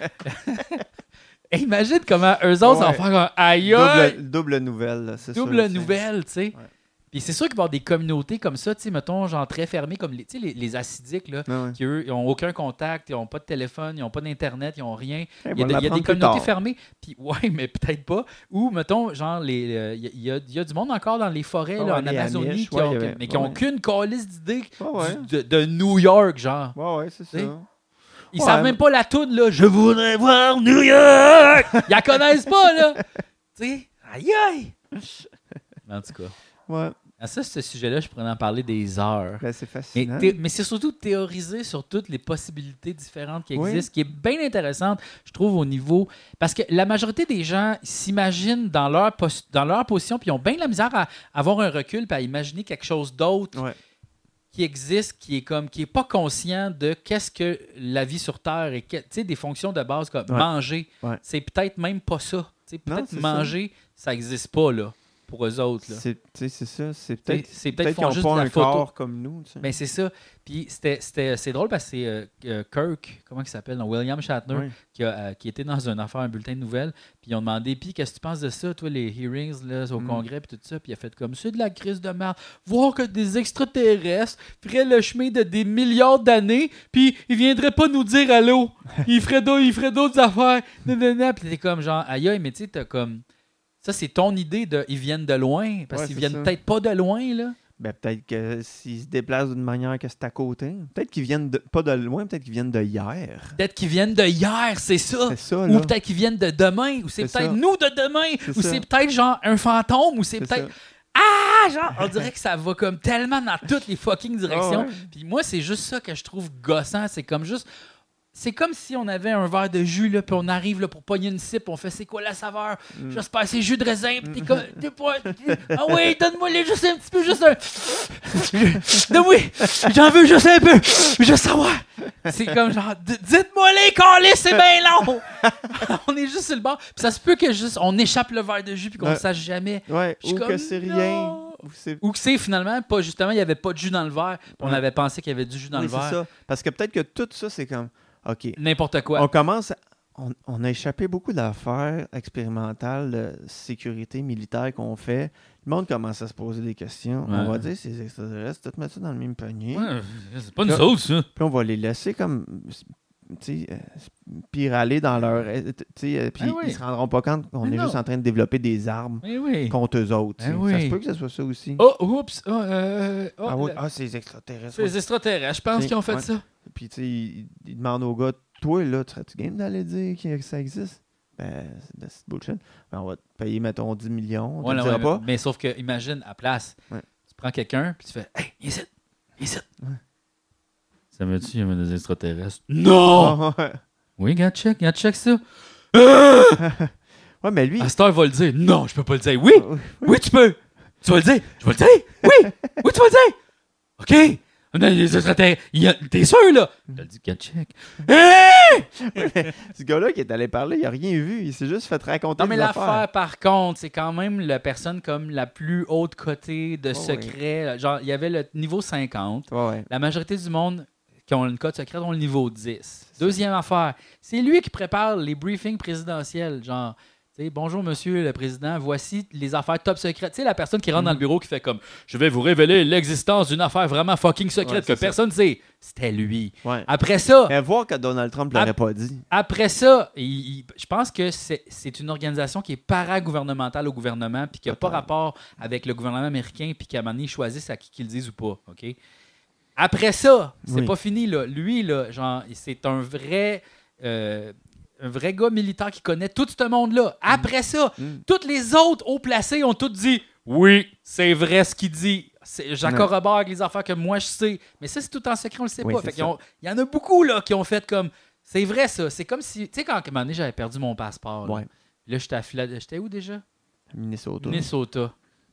Hey, imagine comment eux autres vont Ouais. faire un aïe aïe, Double, double nouvelle, là, c'est double sûr, tu sais. nouvelle, tu sais. Ouais. Puis c'est sûr qu'il va y avoir des communautés comme ça, tu sais, mettons, genre très fermées, comme les, tu sais, les, les acidiques, là, Ouais, ouais. qui eux, ils n'ont aucun contact, ils n'ont pas de téléphone, ils n'ont pas d'Internet, ils n'ont rien. Hey, Il y a, on de- va il y a des l'apprendre plus communautés tard. fermées. Puis, ouais, mais peut-être pas. Ou, mettons, genre, les, euh, il y, a- il y a, il y a du monde encore dans les forêts, Ah là, ouais, en les Amazonie, Amish, qui ouais, ont- il y avait- mais qui n'ont ouais. aucune calice d'idée Ouais, ouais. du- de, de New York, genre. Ouais, ouais, c'est Tu sais. ça. Ils Ouais, savent mais- même pas la toune, là. Je voudrais voir New York! Ils la connaissent pas, là. Tu sais, aïe aïe! En tout cas. Ouais. À ça, ce sujet-là, je pourrais en parler des heures. Ben, c'est Mais, fascinant. thé- mais c'est surtout théoriser sur toutes les possibilités différentes qui Oui. existent, qui est bien intéressante, je trouve, au niveau... Parce que la majorité des gens s'imaginent dans leur, pos- dans leur position, puis ils ont bien de la misère à avoir un recul, puis à imaginer quelque chose d'autre Ouais. qui existe, qui est comme qui est pas conscient de qu'est-ce que la vie sur Terre et que- tu sais, des fonctions de base comme Ouais. manger. Ouais. C'est peut-être même pas ça. Tu sais, Non, peut-être c'est manger, ça n'existe pas là, pour eux autres. Là. C'est, tu sais, c'est ça. C'est peut-être, c'est peut-être peut-être qu'ils qu'ils font n'ont juste pas de la un photo. corps comme nous. Tu sais. Ben, c'est ça. Puis c'était, c'était, c'est drôle parce que c'est euh, euh, Kirk, comment il s'appelle, non, William Shatner, Ouais. qui, a, euh, qui était dans une affaire, un bulletin de nouvelles. Puis ils ont demandé, puis qu'est-ce que tu penses de ça, toi, les hearings là, au Mm. Congrès, puis tout ça. Puis il a fait comme, c'est de la crise de merde. Voir que des extraterrestres feraient le chemin de des milliards d'années, puis ils viendraient pas nous dire allô. Ils feraient d'autres, ils feraient d'autres affaires. Nanana. Puis t'es comme, genre, aïe, aïe, mais tu sais, t'as comme. Ça, c'est ton idée de. Ils viennent de loin, parce Ouais, qu'ils c'est viennent ça. peut-être pas de loin, là. Ben, peut-être que s'ils se déplacent d'une manière que c'est à côté, peut-être qu'ils viennent de, pas de loin, peut-être qu'ils viennent de hier. Peut-être qu'ils viennent de hier, c'est ça. C'est ça, Ou là. peut-être qu'ils viennent de demain, ou c'est C'est peut-être ça. nous de demain, C'est ou ça. c'est peut-être genre un fantôme, ou c'est C'est peut-être. ça. Ah, genre, on dirait que ça va comme tellement dans toutes les fucking directions. Ah ouais. Puis moi, c'est juste ça que je trouve gossant. C'est comme juste. C'est comme si on avait un verre de jus, là, puis on arrive là, pour pogner une cipe, on fait c'est quoi la saveur? Mm. J'espère que c'est jus de raisin, puis t'es comme. T'es pas. t'es- Ah oui, donne-moi les juste un petit peu, juste un. Non, oui, j'en veux juste un peu, je veux savoir. C'est comme genre, D- dites-moi les câlisses, c'est bien long. On est juste sur le bord, puis ça se peut que juste on échappe le verre de jus, puis qu'on ne Ouais. sache jamais. Ouais, Je suis ou que comme, c'est non. rien. Ou c'est... Ou que c'est finalement pas justement, il n'y avait pas de jus dans le verre, puis on Ouais. avait pensé qu'il y avait du jus dans Oui, le c'est verre. ça. Parce que peut-être que tout ça, c'est comme, OK, N'importe quoi. on commence... à- On, on a échappé beaucoup d'affaires expérimentales de sécurité militaire qu'on fait. Le monde commence à se poser des questions. Ouais. On va dire, ces extraterrestres, tout mettre ça dans le même panier. Ouais, c'est pas nous Là- autres, ça. Puis on va les laisser comme, tu sais, euh, spiraler dans leur... euh, tu sais, euh, puis Ah oui. ils se rendront pas compte qu'on Mais est non. juste en train de développer des armes Mais oui. contre eux autres. tu sais. Ah oui. Ça se peut que ce soit ça aussi. Oh, oups. Oh, euh, oh, ah oui, le- ah, c'est les extraterrestres. c'est les extraterrestres, je pense C'est- qu'ils ont fait ouais. ça. Puis, tu sais, ils, ils demandent au gars, toi, là, tu serais-tu game d'aller dire que ça existe? Ben, c'est de la bullshit. Ben, on va te payer, mettons, dix millions. On te Ouais, le non, dira ouais, pas. mais, mais sauf que, imagine, à place, Ouais. tu prends quelqu'un, puis tu fais Hey, viens ici, viens ici. Ouais. Ça me dit, il y avait des extraterrestres. Non! Ah, ouais. Oui, regarde, check, regarde, check ça. Ouais, mais lui... Astor va le dire. Non, je peux pas le dire. Oui, Oui, oui, tu peux. Tu vas le dire. Je vais le dire. Oui, oui, tu vas le dire. OK. On a les extraterrestres. Il y a- T'es sûr, là? Je le dis, regarde, check. Hey! ce gars-là qui est allé parler, il a rien vu. Il s'est juste fait raconter Non, mais des l'affaire, affaires. par contre, c'est quand même la personne comme la plus haute cotée de Oh, secret. Genre, il y avait le niveau cinquante. Ouais, ouais. La majorité du monde qui ont une cote secrète ont le niveau dix. C'est Deuxième affaire, c'est lui qui prépare les briefings présidentiels. Genre, tu sais, bonjour monsieur le président, voici les affaires top secrètes. Tu sais, la personne qui rentre dans le bureau qui fait comme je vais vous révéler l'existence d'une affaire vraiment fucking secrète Ouais, que c'est ça. personne ne sait. C'était lui. Ouais. Après ça, Mais voir que Donald Trump l'aurait Ap- pas dit. après ça, il- il- je pense que c'est c'est une organisation qui est paragouvernementale au gouvernement puis qui n'a pas Peut-être. rapport avec le gouvernement américain puis qu'à un moment donné, ils choisissent à qui qu'ils le disent ou pas. OK? Après ça, c'est Oui. pas fini. Là. Lui, là, genre, c'est un vrai, euh, un vrai gars militaire qui connaît tout ce monde-là. Après ça, Mm. tous les autres hauts placés ont tous dit oui, c'est vrai ce qu'il dit. C'est- J'en Ouais. corrobore avec les affaires que moi je sais. Mais ça, c'est tout en secret, on le sait Oui, pas. c'est Fait qu'ils ça. ont- Il y en a beaucoup là, qui ont fait comme. C'est vrai ça. C'est comme si. Tu sais, quand à un moment donné, j'avais perdu mon passeport. Là, Ouais. là j'étais à Philadelphie. J'étais où déjà? Minnesota. Minnesota.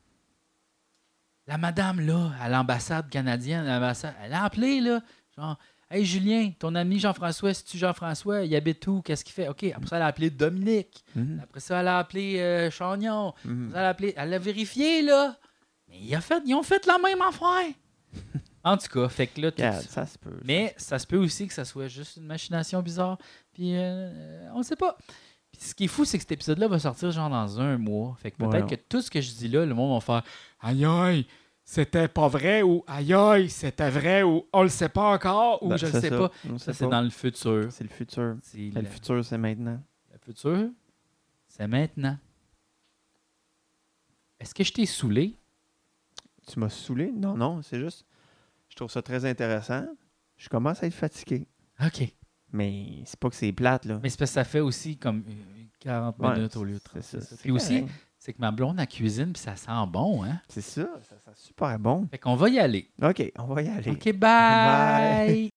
La madame, là, à l'ambassade canadienne, à l'ambassade, elle a appelé, là, genre, hey Julien, ton ami Jean-François, c'est-tu Jean-François? Il habite où? Qu'est-ce qu'il fait? OK. Après ça, elle a appelé Dominique. Mhm. Après ça, elle a appelé euh, Chagnon. Mhm. Après ça, Elle a, appelé, elle a vérifié, là. Mais il a fait, ils ont fait la même affaire. En tout cas, fait que là, tout Regarde, ça. ça se peut. Mais ça se peut aussi que ça soit juste une machination bizarre. Puis euh, on ne sait pas. Puis ce qui est fou, c'est que cet épisode-là va sortir genre dans un mois. Fait que peut-être Ouais. que tout ce que je dis là, le monde va faire aïe aïe, c'était pas vrai ou aïe aïe, c'était vrai ou on le sait pas encore ou Ben, je le c'est sais ça. pas. On Ça, sait c'est pas. dans le futur. C'est le futur. C'est Ben, le, Le futur, c'est maintenant. le futur, c'est maintenant. Est-ce que je t'ai saoulé? Tu m'as saoulé? Non, non, c'est juste... Je trouve ça très intéressant. Je commence à être fatigué. OK. Mais c'est pas que c'est plate, là. Mais c'est parce que ça fait aussi comme euh, quarante Ouais, minutes au lieu de c'est trente. ça, c'est ça. c'est Puis aussi, correct. C'est que ma blonde, elle cuisine, puis ça sent bon, hein? C'est ça, ça sent super bon. Fait qu'on va y aller. OK, on va y aller. OK, bye! Bye.